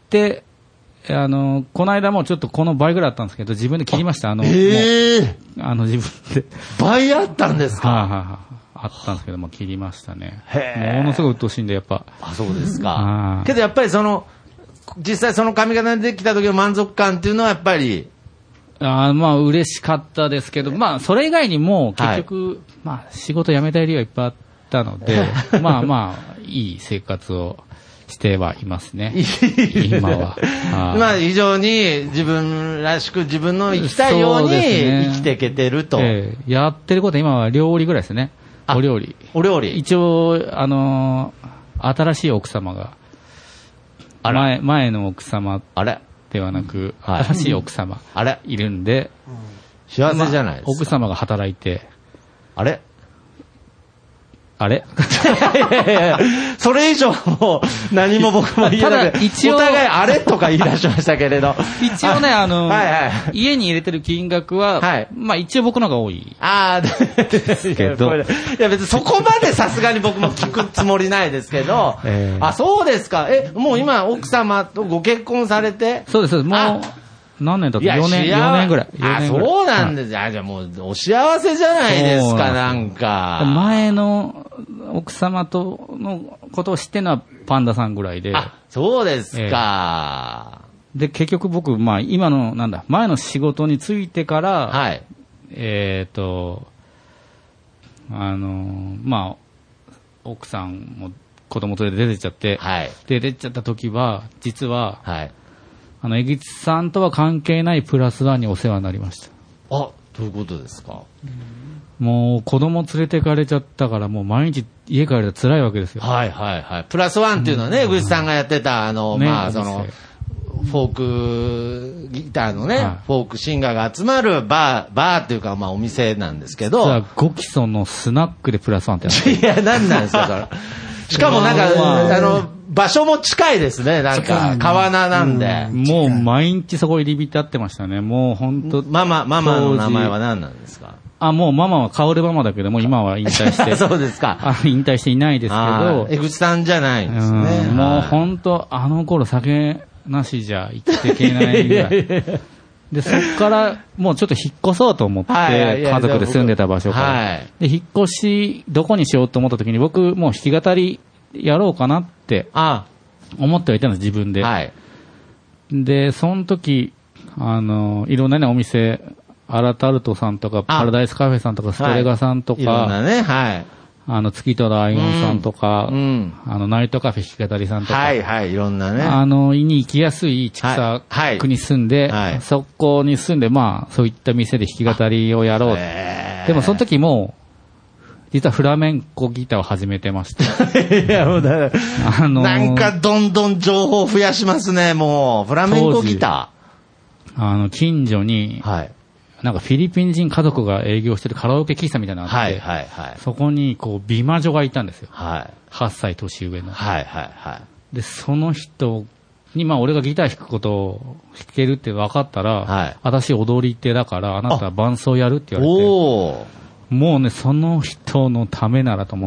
Speaker 5: あの、この間もちょっとこの倍ぐらいあったんですけど、自分で切りました。あの、
Speaker 4: ええ
Speaker 5: ー、あの自分で。
Speaker 4: 倍あったんですか？
Speaker 5: はいはいはい。あったんですけども、切りましたね。へものすごい鬱陶しいんで、やっぱ。
Speaker 4: あ、そうですか。けどやっぱりその、実際その髪型でできた時の満足感っていうのはやっぱり、
Speaker 5: あまあ嬉しかったですけど、まあそれ以外にも結局、はい、まあ仕事辞めたい理由はいっぱいあったので、まあまあいい生活をしてはいますね。今は。
Speaker 4: まあ非常に自分らしく自分の生きたいように生きていけてると。
Speaker 5: えー、やってることは今は料理ぐらいですね。お料理。
Speaker 4: お料理。
Speaker 5: 一応、あのー、新しい奥様が、前、前の奥様。
Speaker 4: あれ
Speaker 5: ではなく、うん、新しい奥様、
Speaker 4: あれ
Speaker 5: いるんで、
Speaker 4: うん、幸せじゃないですか。
Speaker 5: 奥様が働いて、
Speaker 4: あれ
Speaker 5: あれ
Speaker 4: いやいやいやそれ以上もう何も僕も言えなくて、一応お互いあれとか言い出しましたけれど。
Speaker 5: 一応ね、あの、はいはい、家に入れてる金額は、はい、まあ一応僕の方が多い。
Speaker 4: ああ、ですけど。いや別にそこまでさすがに僕も聞くつもりないですけど、えー、あ、そうですか。え、もう今奥様とご結婚されて？
Speaker 5: そうです、もう。何年だった？よねん、よねんぐらい。
Speaker 4: あ、そうなんですよ。はい、じゃあもう、お幸せじゃないですか、なんか。
Speaker 5: 前の奥様とのことを知ってるのはパンダさんぐらいで。
Speaker 4: あ、そうですか。
Speaker 5: えー、で、結局僕、まあ今の、なんだ、前の仕事に就いてから、
Speaker 4: はい。
Speaker 5: えっと、あの、まあ、奥さんも子供連れて出てっちゃって、はい。で、出てっちゃった時は、実は、はい。あの、江口さんとは関係ないプラスワンにお世話になりました。
Speaker 4: あ、どういうことですか？
Speaker 5: もう子供連れてかれちゃったから、もう毎日家帰ると辛いわけですよ。
Speaker 4: はいはいはい。プラスワンっていうのはね、江口さんがやってた、あの、ね、まあその、フォークギターのね、はい、フォークシンガーが集まるバー、バーっていうかまあお店なんですけど。実
Speaker 5: はご基礎のスナックでプラスワンってやってる。
Speaker 4: いや、なんなんですか、それ。しかもなんか、あの、場所も近いですね、なんか、川名なんで。
Speaker 5: うん、もう毎日そこ入り浸ってましたね、もう本当。
Speaker 4: ママ、ママの名前は何なんですか？
Speaker 5: あ、もうママはカオルママだけども、今は引退して。
Speaker 4: そうですか。
Speaker 5: あ、引退していないですけど。
Speaker 4: 江口さんじゃないんですね。
Speaker 5: うん、もう本当、あの頃酒なしじゃ生きていけないぐらい。で、そっから、もうちょっと引っ越そうと思って、家族で住んでた場所から。はい、で、引っ越し、どこにしようと思った時に、僕、もう弾き語りやろうかなって、思ってはいたんです、自分で。はい、 で、その時、あの、いろんなね、お店、アラタルトさんとか、パラダイスカフェさんとか、ストレガさんとか、
Speaker 4: はい、いろんなね、はい。
Speaker 5: あの、月とライオンさんとか、うん、あの、ナイトカフェ弾き語りさんとか、
Speaker 4: はいはい、いろんなね。
Speaker 5: あの、に行きやすい千草区に住んで、はいはい、そこに住んで、まあ、そういった店で弾き語りをやろう。でも、その時も、実はフラメンコギターを始めてました。
Speaker 4: いや、もうだから、あのー、なんかどんどん情報増やしますね、もう。フラメンコギタ
Speaker 5: ー。あの、近所に、はい。なんかフィリピン人家族が営業してるカラオケ喫茶みたいなのがあって、はいはいはい。そこに、こう、美魔女がいたんですよ。はい。はっさい年上の。はいはいはい。で、その人に、まあ、俺がギター弾くことを弾けるって分かったら、はい。私踊り手だから、あなたは伴奏やるって言われて。おー。もうね、その人のためならと思って、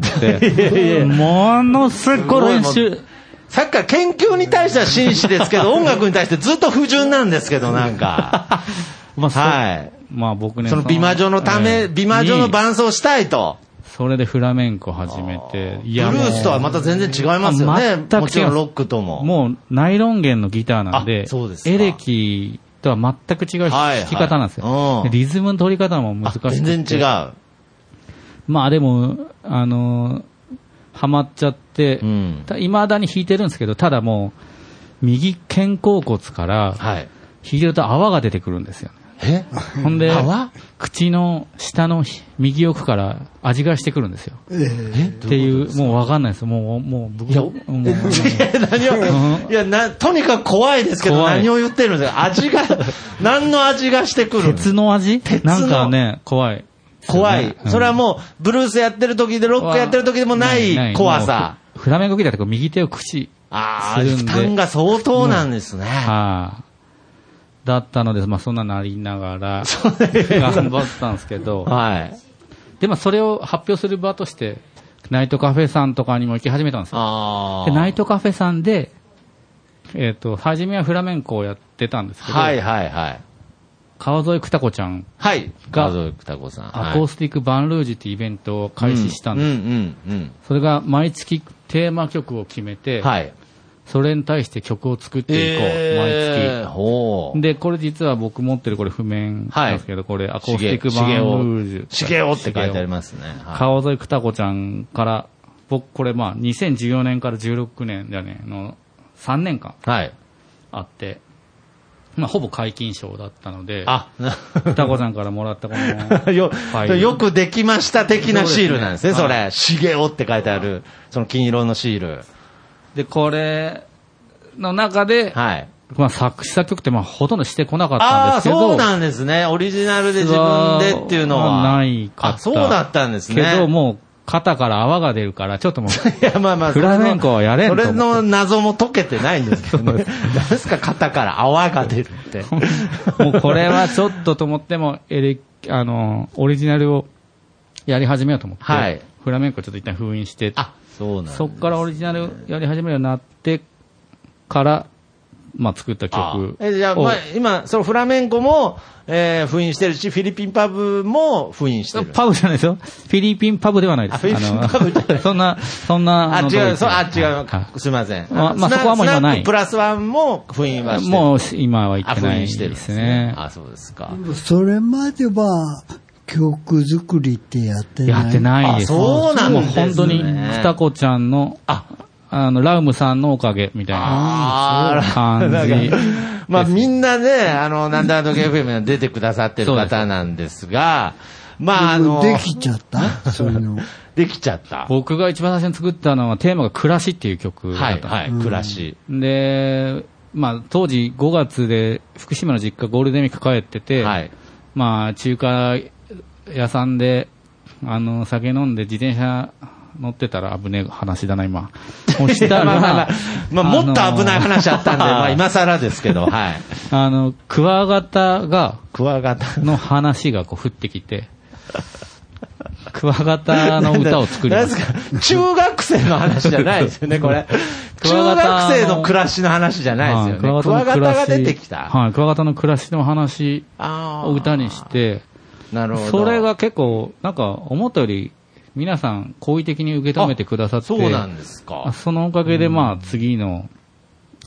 Speaker 5: いやいやものすごい練習。
Speaker 4: さっきから研究に対しては真摯ですけど、音楽に対してずっと不純なんですけど、なんか。
Speaker 5: まあ、はい。まあ僕ね、
Speaker 4: その美魔女のため、えー、美魔女の伴奏したいと。
Speaker 5: それでフラメンコ始めて。
Speaker 4: いやブルースとはまた全然違いますよね。全くもちろんロックとも。
Speaker 5: もうナイロン弦のギターなんで、そうですエレキとは全く違う弾き方なんですよ。はいはい、リズムの取り方も難しくて。
Speaker 4: 全然違う。
Speaker 5: まあでも、あのー、ハマっちゃって、うん、未だに弾いてるんですけど、ただもう、右肩甲骨から、弾いてると泡が出てくるんですよね。えほんで、口の下の右奥から味がしてくるんですよ。えっていう、もうわかんないです。もう、もう、僕
Speaker 4: いや、もういや、何を、いや、な、とにかく怖いですけど、何を言ってるんですか味が、何の味がしてくる
Speaker 5: 鉄の味なんかね、怖い。
Speaker 4: 怖い、うん。それはもう、ブルースやってる時で、ロックやってる時でもない怖さ。
Speaker 5: フラメンコギターって右手を駆使
Speaker 4: ああ、負担が相当なんですね。
Speaker 5: はあ。だったので、まあそんななりながら、頑張ったんですけど、はい。で、まあそれを発表する場として、ナイトカフェさんとかにも行き始めたんですよ。あでナイトカフェさんで、えっ、ー、と、初めはフラメンコをやってたんですけど、はいはいはい。川添久太子ちゃんが、はい、川添久太子さん、アコースティックバンルージュっていうイベントを開始したんです、うんうんうんうん、それが毎月テーマ曲を決めて、はい、それに対して曲を作っていこう、えー、毎月ほうでこれ実は僕持ってるこれ譜面なんですけど、はい、これアコースティックバンルージュ
Speaker 4: しげおって書いてありますね、
Speaker 5: はい、川添久太子ちゃんから僕これまあにせんじゅうよねんからじゅうろくねんじゃねのさんねんかんあって、はいまあ、ほぼ皆勤賞だったので、あ、双子さんからもらったこの
Speaker 4: よ、よくできました的なシールなんですね、それ。しげおって書いてある、その金色のシール。
Speaker 5: で、これの中で、はい。まあ、作詞作曲ってまあほとんどしてこなかったんですけど。
Speaker 4: ああ、そうなんですね。オリジナルで自分でっていうのは。
Speaker 5: ないかった。
Speaker 4: あ、そうだったんですね。
Speaker 5: けど、もう、肩から泡が出るから、ちょっともう、いやまあまあフラメンコはやれんと思って。
Speaker 4: それの謎も解けてないんですけどね。何ですか、肩から泡が出るって。
Speaker 5: もうこれはちょっとと思っても、エレあの、オリジナルをやり始めようと思って、はい、フラメンコちょっと一旦封印して、あ、そうなんです。そっからオリジナルやり始めるようになってから、まあ作った曲。
Speaker 4: え、じゃあ、まあ今、そのフラメンコも、えー、封印してるし、フィリピンパブも封印してる。
Speaker 5: パブじゃないですよ。フィリピンパブではないです。
Speaker 4: フィリピンパブじゃない。
Speaker 5: そんな、そんな。
Speaker 4: あ、違う、そう、あ、違う。すみません。
Speaker 5: まあ、まあ、そこはもう今ない。
Speaker 4: プラスワンも封印はしてる。
Speaker 5: もう今は言ってないですね。
Speaker 4: あ、そうですか。
Speaker 3: それまでは、曲作りってやってない。
Speaker 5: やってないです。
Speaker 4: そうなんですね。
Speaker 5: もう本当に、双子ちゃんの、あ、あの、ラウムさんのおかげみたいな感じ。
Speaker 4: まあみんなね、あの、なんだあの エフエム に出てくださってる方なんですが、まああの。
Speaker 3: できちゃったそういうの。
Speaker 4: できちゃった。
Speaker 5: 僕が一番最初に作ったのはテーマが暮らしっていう曲だった。
Speaker 4: はい、はい、暮らし。
Speaker 5: で、まあ当時ごがつで福島の実家ゴールデンウィーク帰ってて、はい、まあ中華屋さんで、あの、酒飲んで自転車、乗ってたら危ねえ話だな、今。
Speaker 4: そしたら、まあまあまあ、まあ、もっと危ない話あったんで、まあ今更ですけど、はい。
Speaker 5: あの、クワガタが、
Speaker 4: クワガタ
Speaker 5: の話がこう降ってきて、クワガタの歌を作ります。
Speaker 4: なんですか、中学生の話じゃないですよね、これ。中学生の暮らしの話じゃないですよね。クワガタが出てきた。
Speaker 5: はい、クワガタの暮らしの話を歌にして、なるほど。それが結構、なんか、思ったより、皆さん好意的に受け止めてくださって、
Speaker 4: そうなんですか。
Speaker 5: そのおかげでまあ次の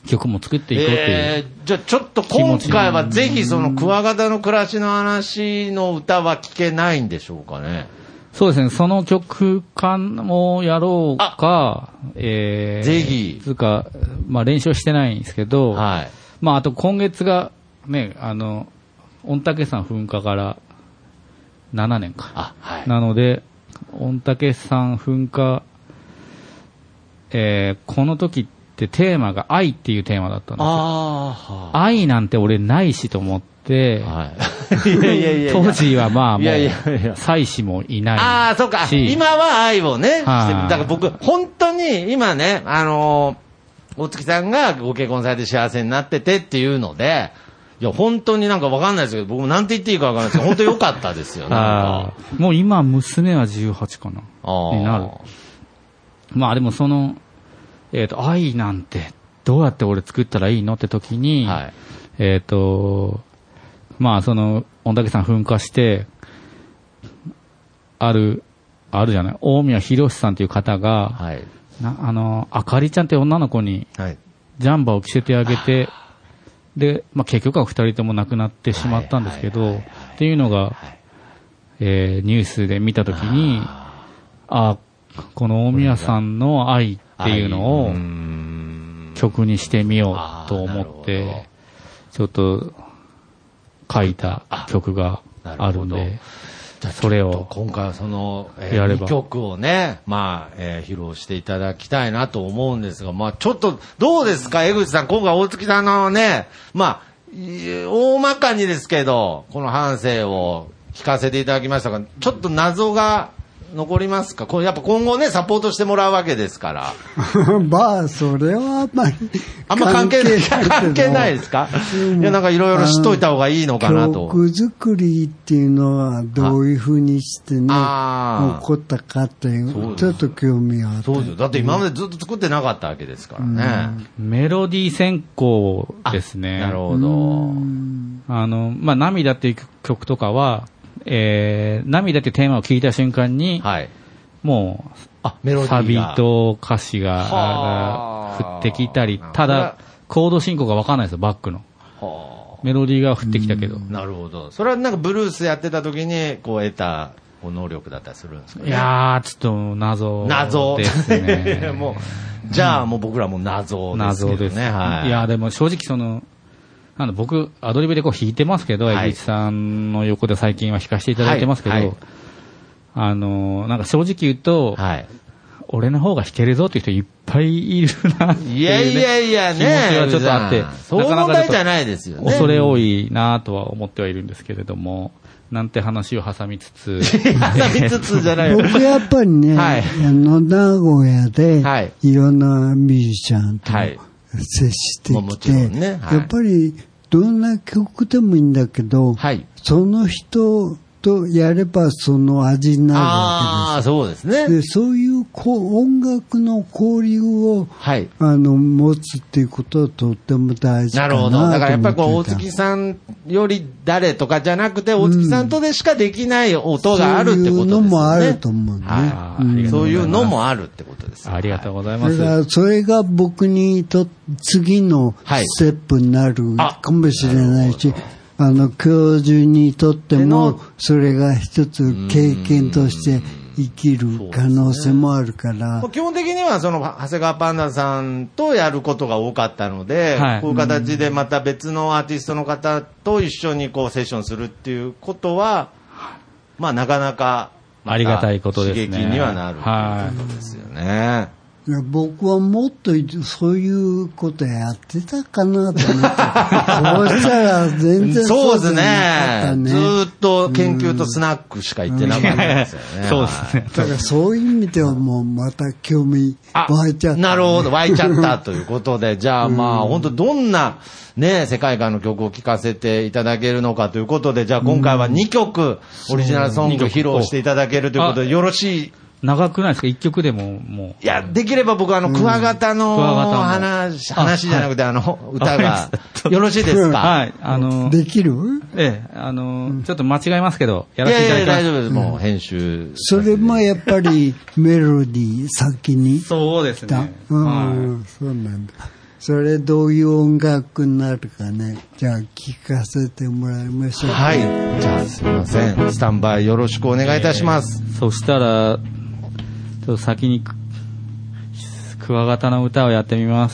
Speaker 5: 曲も作っていこうっていう、
Speaker 4: えー、じゃあちょっと今回はぜひそのクワガタの暮らしの話の歌は聴けないんでしょうかね。
Speaker 5: そうですね、その曲間をやろうか、えー、
Speaker 4: ぜひ。
Speaker 5: つうか、まあ練習してないんですけど、
Speaker 4: はい。
Speaker 5: まああと今月がね、あの、御嶽山噴火からななねんか。
Speaker 4: あ、はい。
Speaker 5: なので、御嶽山噴火、えー、この時ってテーマが愛っていうテーマだったんですよ。
Speaker 4: ああ、
Speaker 5: 愛なんて俺ないしと思って、
Speaker 4: はい、いやいやいや
Speaker 5: 当時はまあもう、
Speaker 4: いやいやいや
Speaker 5: 妻子もいないし。
Speaker 4: ああ、そうか。今は愛をね、
Speaker 5: はい、
Speaker 4: だから僕、本当に今ね、あのー、大月さんがご結婚されて幸せになっててっていうので、いや、本当になんかわかんないですけど、僕もなんて言っていいかわかんないですけど、本当良かったですよね。
Speaker 5: あもう今、娘はじゅうはちかな。になる。まあでもその、えっ、ー、と、愛なんてどうやって俺作ったらいいのって時に、はい、えっ、ー、と、まあその、御嶽山噴火して、ある、あるじゃない、大宮博さんという方が、はい、なあの、あかりちゃんって女の子に、ジャンバーを着せてあげて、はい、で、まあ結局は二人とも亡くなってしまったんですけど、っていうのが、えー、ニュースで見たときに、あ、この大宮さんの愛っていうのを曲にしてみようと思って、ちょっと書いた曲があるんで、それを
Speaker 4: 今回はその、えー、にきょくをね、まあ、えー、披露していただきたいなと思うんですが、まあちょっとどうですか、江口さん、今回大月さんのね、まあ大まかにですけどこの半生を聞かせていただきましたが、ちょっと謎が残りますか。これやっぱ今後ねサポートしてもらうわけですから
Speaker 3: まあそれはあんまり
Speaker 4: あんま関係ない関係ないですか。いやなんかいろいろ知っといた方がいいのかなと。
Speaker 3: 曲作りっていうのはどういうふうにしてね起こったかっていうちょっと興味があった。
Speaker 4: そうですよ。だって今までずっと作ってなかったわけですからね。
Speaker 5: うん、メロディー選考ですね。
Speaker 4: なるほど。
Speaker 5: あのまあ涙っていう曲とかは。えー、涙っていうテーマを聞いた瞬間に、はい、もうあメロディーサビと歌詞が降ってきたり、ただコード進行が分かんないですよ、バックのメロディーが降ってきたけど。
Speaker 4: なるほど。それはなんかブルースやってた時にこう得た能力だったりするんですかね。
Speaker 5: いやーちょっと謎ですね。
Speaker 4: 謎もうじゃあもう僕らも謎ですけどね。謎です、
Speaker 5: はい、いやでも正直そのなんだ僕、アドリブでこう弾いてますけど、江口さんの横で最近は弾かせていただいてますけど、はいはい、あの、なんか正直言うと、はい、俺の方が弾けるぞっていう人いっぱいいるなっていう、ね。いや
Speaker 4: いやいやね。
Speaker 5: 気持ちはちょっとあって、
Speaker 4: そういう問題じゃないですよね。
Speaker 5: 恐れ多いなとは思ってはいるんですけれども、なんて話を挟みつつ。
Speaker 4: 挟みつつじゃないよ。
Speaker 3: 僕やっぱりね、はい、あの、名古屋で、はい、いろんなミュージシャンと、はい接してきて、ねはい、やっぱりどんな曲でもいいんだけど、はい、その人とやればその味になるわけです。
Speaker 4: あそうですね。
Speaker 3: でそういうこう音楽の交流を、はい、あの持つっていうことはとっても大事かなと思っていた。
Speaker 4: なるほど。だからやっぱりこう大月さんより誰とかじゃなくて大月さんとでしかできない音があるってことですね。そういうのもある
Speaker 3: と思うね。
Speaker 4: はいうん、そういうのもあるってことです。
Speaker 5: ありがとうございます。
Speaker 3: だからそれが僕にと次のステップになるかもしれないし、はいあの教授にとってもそれが一つ経験として生きる可能性もあるから、
Speaker 4: ね、基本的にはその長谷川パンダさんとやることが多かったので、はい、こういう形でまた別のアーティストの方と一緒にこうセッションするっていうことは、まあ、なかなか
Speaker 5: ありがたいことですね。
Speaker 4: 刺激にはなるということですよね。はい
Speaker 3: いや僕はもっとそういうことやってたかなと思って、そうしたら全然
Speaker 4: そうですね。ずーっと研究とスナックしか行ってなかったですよね。
Speaker 5: そうですね。
Speaker 3: だからそういう意味ではもうまた興味湧いちゃった、ね。
Speaker 4: なるほど、湧いちゃったということで、じゃあまあ本当どんなね世界観の曲を聴かせていただけるのかということで、じゃあ今回はにきょくオリジナルソング披露していただけるということでよろしい。
Speaker 5: 長くないですか？一曲でももう。
Speaker 4: いや、できれば僕あの、クワガタの話、話じゃなくてあの、歌が、よろしいですか？
Speaker 3: はい。あの、できる？
Speaker 5: ええ、あの、ちょっと間違えますけど、やらせていただきます。
Speaker 4: いやいや、大丈夫です。もう編集。
Speaker 3: それもやっぱりメロディー先に。
Speaker 5: そうですね。
Speaker 3: うん、そうなんだ。 それどういう音楽になるかね。じゃあ聞かせてもらいましょう。
Speaker 4: はい。じゃあすみません。スタンバイよろしくお願いいたします。
Speaker 5: えー、そしたら、ちょっと先にクワガタの歌をやってみます。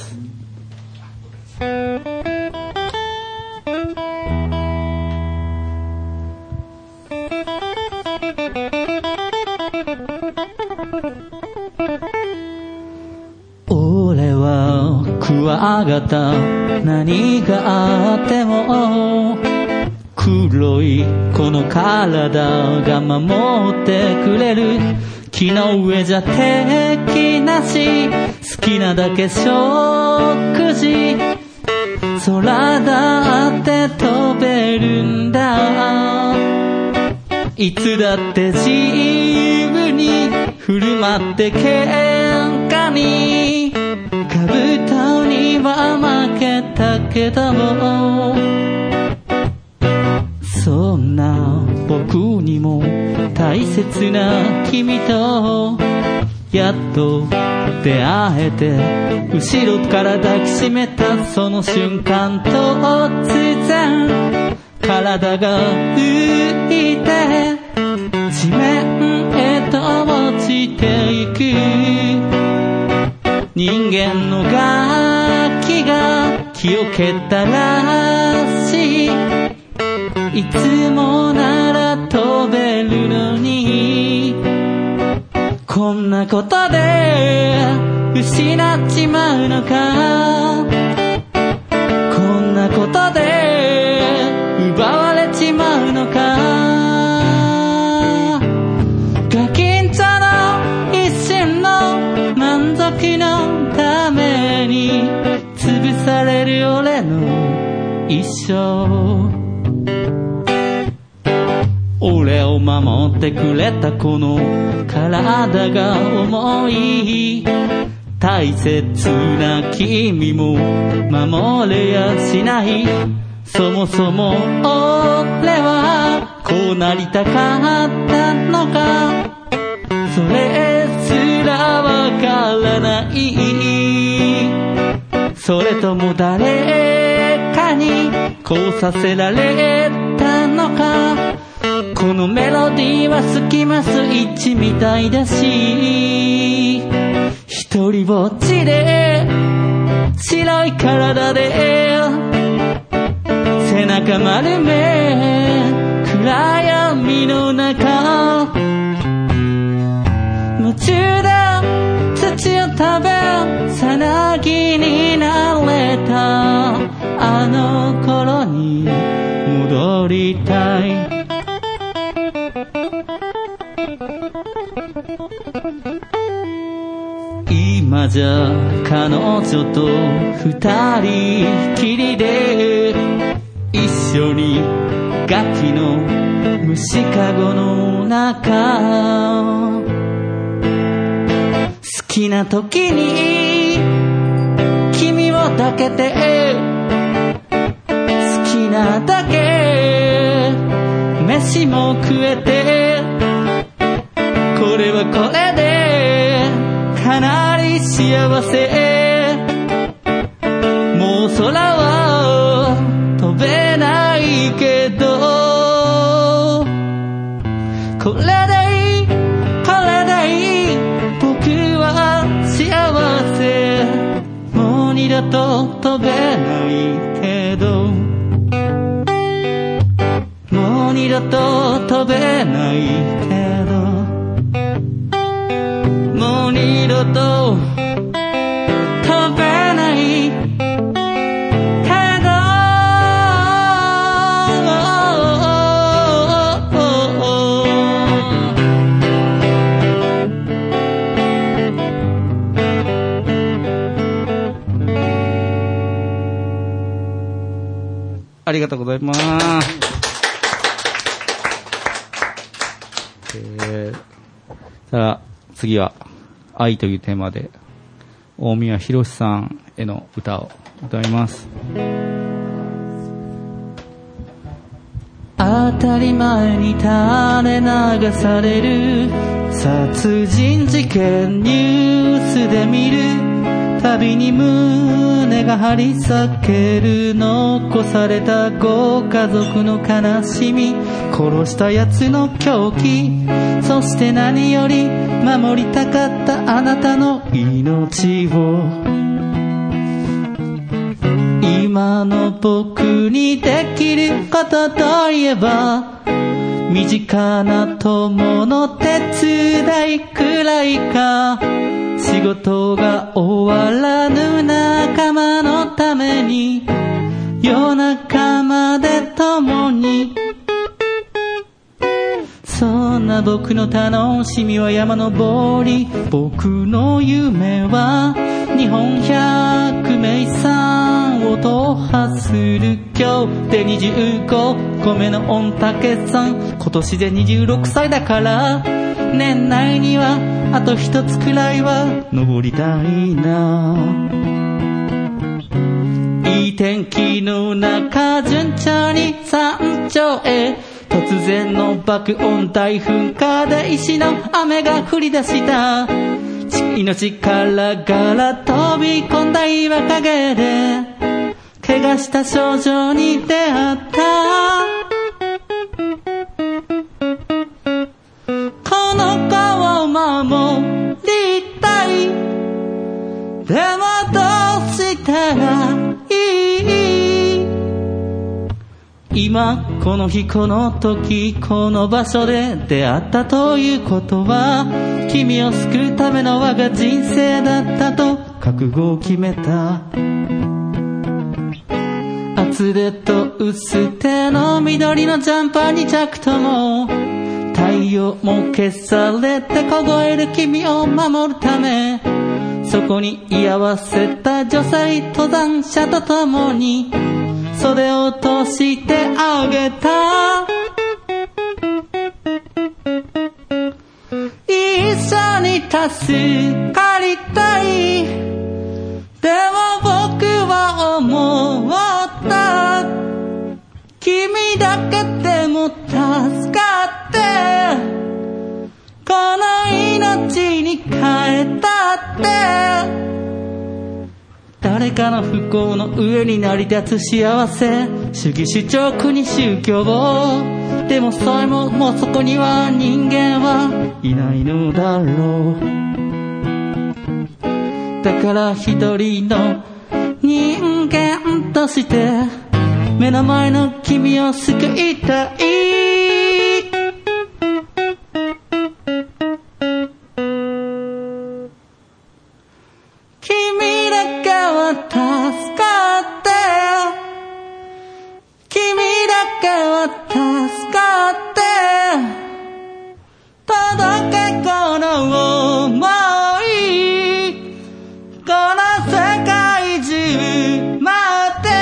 Speaker 5: 俺はクワガタ、何があっても黒いこの体が守ってくれる。木の上じゃ敵なし、好きなだけ食事、空だって飛べるんだ。いつだって自由に振る舞って喧嘩に、カブトには負けたけども、そんな僕にも大切な君とやっと出会えて、後ろから抱きしめたその瞬間、突然体が浮いて地面へと落ちていく。人間の楽器が木を蹴ったらしい。いつもなら飛べるのに、こんなことで失っちまうのか。こんなことで奪われちまうのか。ガキンチョの一瞬の満足のために潰される俺の一生。俺を守ってくれたこの体が重い。大切な君も守れやしない。そもそも俺はこうなりたかったのか、それすらわからない。それとも誰かにこうさせられたのか。このメロディーはスキマスイッチみたいだし、一人ぼっちで白い体で背中丸め暗闇の中、夢中で土を食べさなぎになれたあの頃に戻りたい。今じゃ彼女と二人きりで一緒にガキの虫かごの中、好きな時に君を抱けて、好きなだけ飯も食えて、これはこれでかなり幸せ。もう空は飛べないけど、これでいいこれでいい、僕は幸せ。もう二度と飛べないけど、もう二度と飛べないけど、もう二度と飛べないけど。ありがとうございます。えー、さあ次は愛というテーマで大宮宏さんへの歌を歌います。当たり前に垂れ流される殺人事件ニュースで見る旅に胸が張り裂ける、残されたご家族の悲しみ、殺した奴の狂気、そして何より守りたかったあなたの命を。今の僕にできることといえば、身近な友の手伝いくらいか。仕事が終わらぬ仲間のために夜中まで共に。そんな僕の楽しみは山登り、僕の夢は日本百名山を踏破する。今日でにじゅうごこめの御嶽山、今年でにじゅうろくさいだから、年内にはあと一つくらいは登りたいな。いい天気の中順調に山頂へ、突然の爆音大噴火で石の雨が降り出した。命からがら飛び込んだ岩陰で怪我した少女に出会った。この子を守りたい。でもどうしたらいい。今この日この時この場所で出会ったということは、君を救うための我が人生だったと覚悟を決めた。厚手と薄手の緑のジャンパーに着とも、太陽も消されて凍える君を守るため、そこに居合わせた女性登山者と共に袖を通してあげた。一緒に助かりたい。でも僕は思った。君だけでも助かって、この命に変えたって。誰かの不幸の上に成り立つ幸せ、主義主張国宗教。でもそれももうそこには人間はいないのだろう。だから一人の人間として目の前の君を救いたい。君だけは助かって、君だけは助かって、届けこの想い、この世界中まで。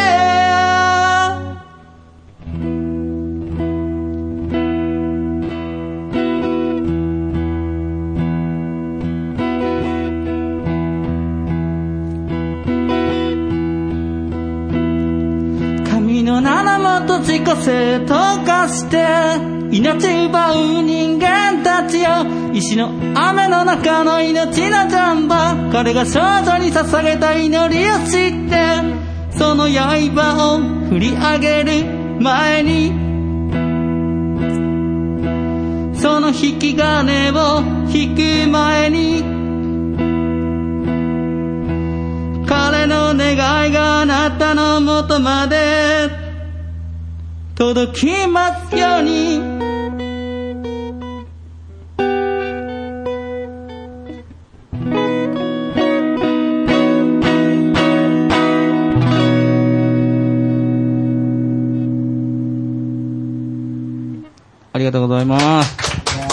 Speaker 5: 神の名のもと自己正当化して命奪う人間たちよ。石の雨の中の命のジャンバー、彼が少女に捧げた祈りを知って、その刃を振り上げる前に、その引き金を引く前に、彼の願いがあなたのもとまで届きますように。ありがとうございます。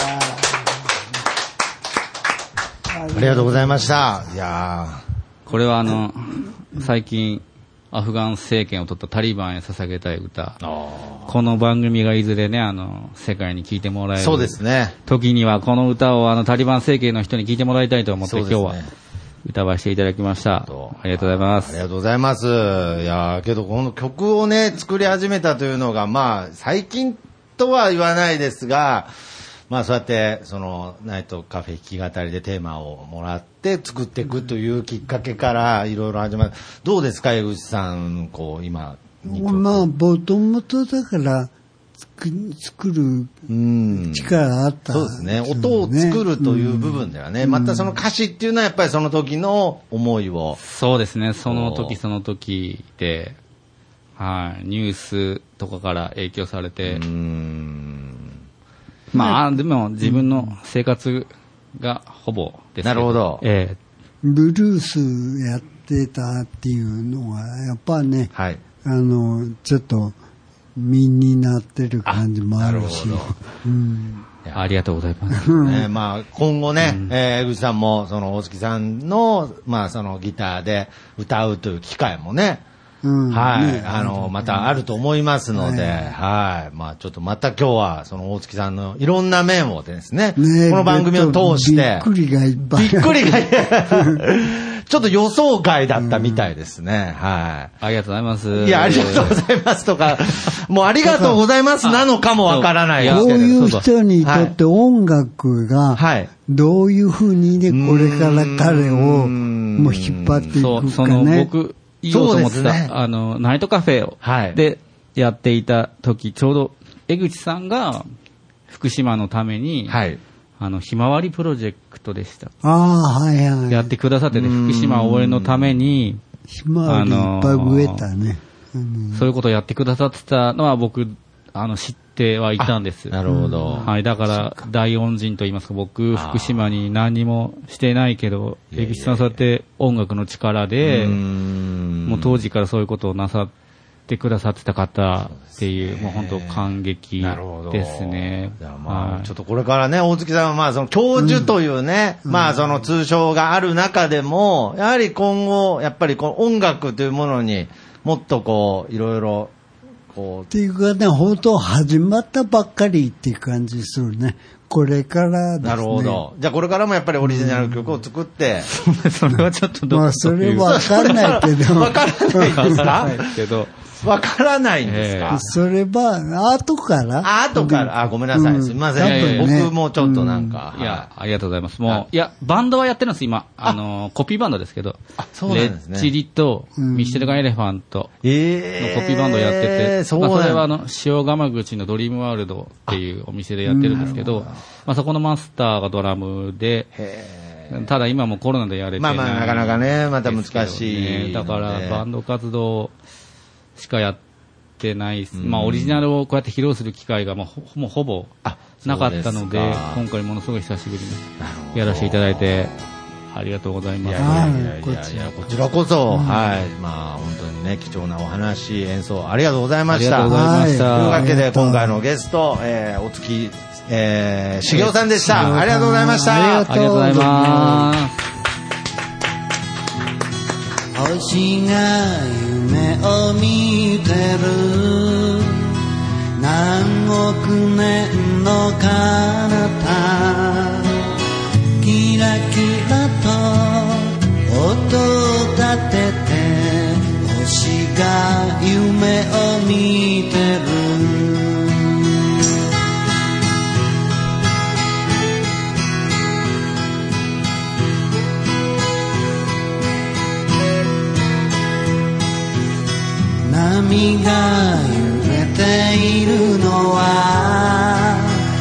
Speaker 4: ありがとうございました。いや
Speaker 5: これはあの最近アフガン政権を取ったタリバンへ捧げたい歌。この番組がいずれね、あの世界に聴いてもらえる
Speaker 4: そうですね。時
Speaker 5: にはこの歌をあのタリバン政権の人に聴いてもらいたいと思って、ね、今日は歌わせていただきました。ありがとうございます。
Speaker 4: ありがとうございます。いやけどこの曲をね作り始めたというのがまあ最近とは言わないですが、 まあそうやってそのナイトカフェ弾き語りでテーマをもらって作っていくというきっかけからいろいろ始まる。どうですか江口さん、こう今
Speaker 3: まあもともとだから作る力あった、
Speaker 4: そうですね。音を作るという部分ではね、うん、またその歌詞っていうのはやっぱりその時の思いを、
Speaker 5: そうですね、その時その時で、はい、ニュースとかから影響されて、うーん、まあでも自分の生活がほぼですけど、
Speaker 4: なるほど、
Speaker 3: ええ、ブルースやってたっていうのはやっぱね、はい、あのちょっと身になってる感じもあるし、
Speaker 5: うん、ありがとうございます。
Speaker 4: ね、まあ今後ね、うん、えー、江口さんもその大月さんのまあそのギターで歌うという機会もね。うん、はい、ね、あのまたあると思いますので、はい、はい、まあちょっとまた今日はその大月さんのいろんな面をですね、ね、この番組を通して
Speaker 3: びっくりがいっぱい、
Speaker 4: びっくりがちょっと予想外だったみたいですね、うん、はい。
Speaker 5: ありがとうございます。
Speaker 4: いや、ありがとうございますとか、もうありがとうございますなのかもわからないですけど、
Speaker 3: こういう人にとって音楽がどういうふうにね、これから彼をもう引っ張っていくかね。
Speaker 5: その僕言おうと思ってた、ね、あのナイトカフェを、はい、でやっていた時、ちょうど江口さんが福島のために、はい、あのひまわりプロジェクトでした。
Speaker 3: ああ、はいはい。
Speaker 5: やってくださってて、福島応援のために
Speaker 3: ひまわりいっぱい植えたね。
Speaker 5: そういうことをやってくださってたのは僕あの知ってはいたんです。
Speaker 4: なるほど。
Speaker 5: はい、だから大恩人と言いますか、僕福島に何もしてないけど、江口さんそうやって音楽の力で、もう当時からそういうことをなさってくださってた方っていう、もう本当感激ですね。
Speaker 4: じゃあまあ、はい、ちょっとこれからね、大月さんはまあその教授というね、うん、まあその通称がある中でも、やはり今後やっぱりこの音楽というものにもっとこういろいろこう
Speaker 3: っていうかね、本当始まったばっかりっていう感じするね。これからですね。
Speaker 4: なるほど。じゃあこれからもやっぱりオリジナル曲を作って、
Speaker 5: うん、それはちょっとどう、
Speaker 3: まあそれはわかんないけど。
Speaker 4: わからないですか？けど。わからないんですか？
Speaker 3: それは後から。
Speaker 4: あ、後から。あ、ごめんなさい。うん、すみません。いやいやね、僕もちょっとなんか。
Speaker 5: うん、いや、ありがとうございます。もう、いや、バンドはやってるんです、今。あの、コピーバンドですけど。
Speaker 4: あ、そうなんですね。
Speaker 5: レッチリと、ミシェルガンエレファントのコピーバンドをやってて、えー、そうなんまあ、それはあの、塩釜口のドリームワールドっていうお店でやってるんですけど、まあそこのマスターがドラムで、ただ今もコロナでやれてない、
Speaker 4: まあまあなかなかね、また難しい。
Speaker 5: だからバンド活動しかやってない、まあオリジナルをこうやって披露する機会がもう ほ, もうほぼなかったので、今回ものすごい久しぶりにやらせていただいてありがとうございます。いやいやいやい
Speaker 4: や、こちらこそ、うん、はい、まあ本当にね、貴重なお話、演奏ありがとうございました。
Speaker 5: ありがとうございました。
Speaker 4: というわけで今回のゲスト、えー、お月えー、茂雄さんでした。ありがとうございました。
Speaker 5: ありがとうございます。
Speaker 6: 星が夢を見てる何億年の彼方、キラキラと音を立てて星が夢を見てる。波が揺れているのは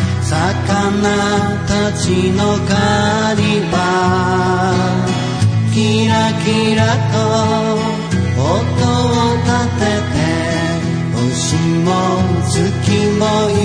Speaker 6: 魚たちの狩り場、キラキラと音を立てて星も月も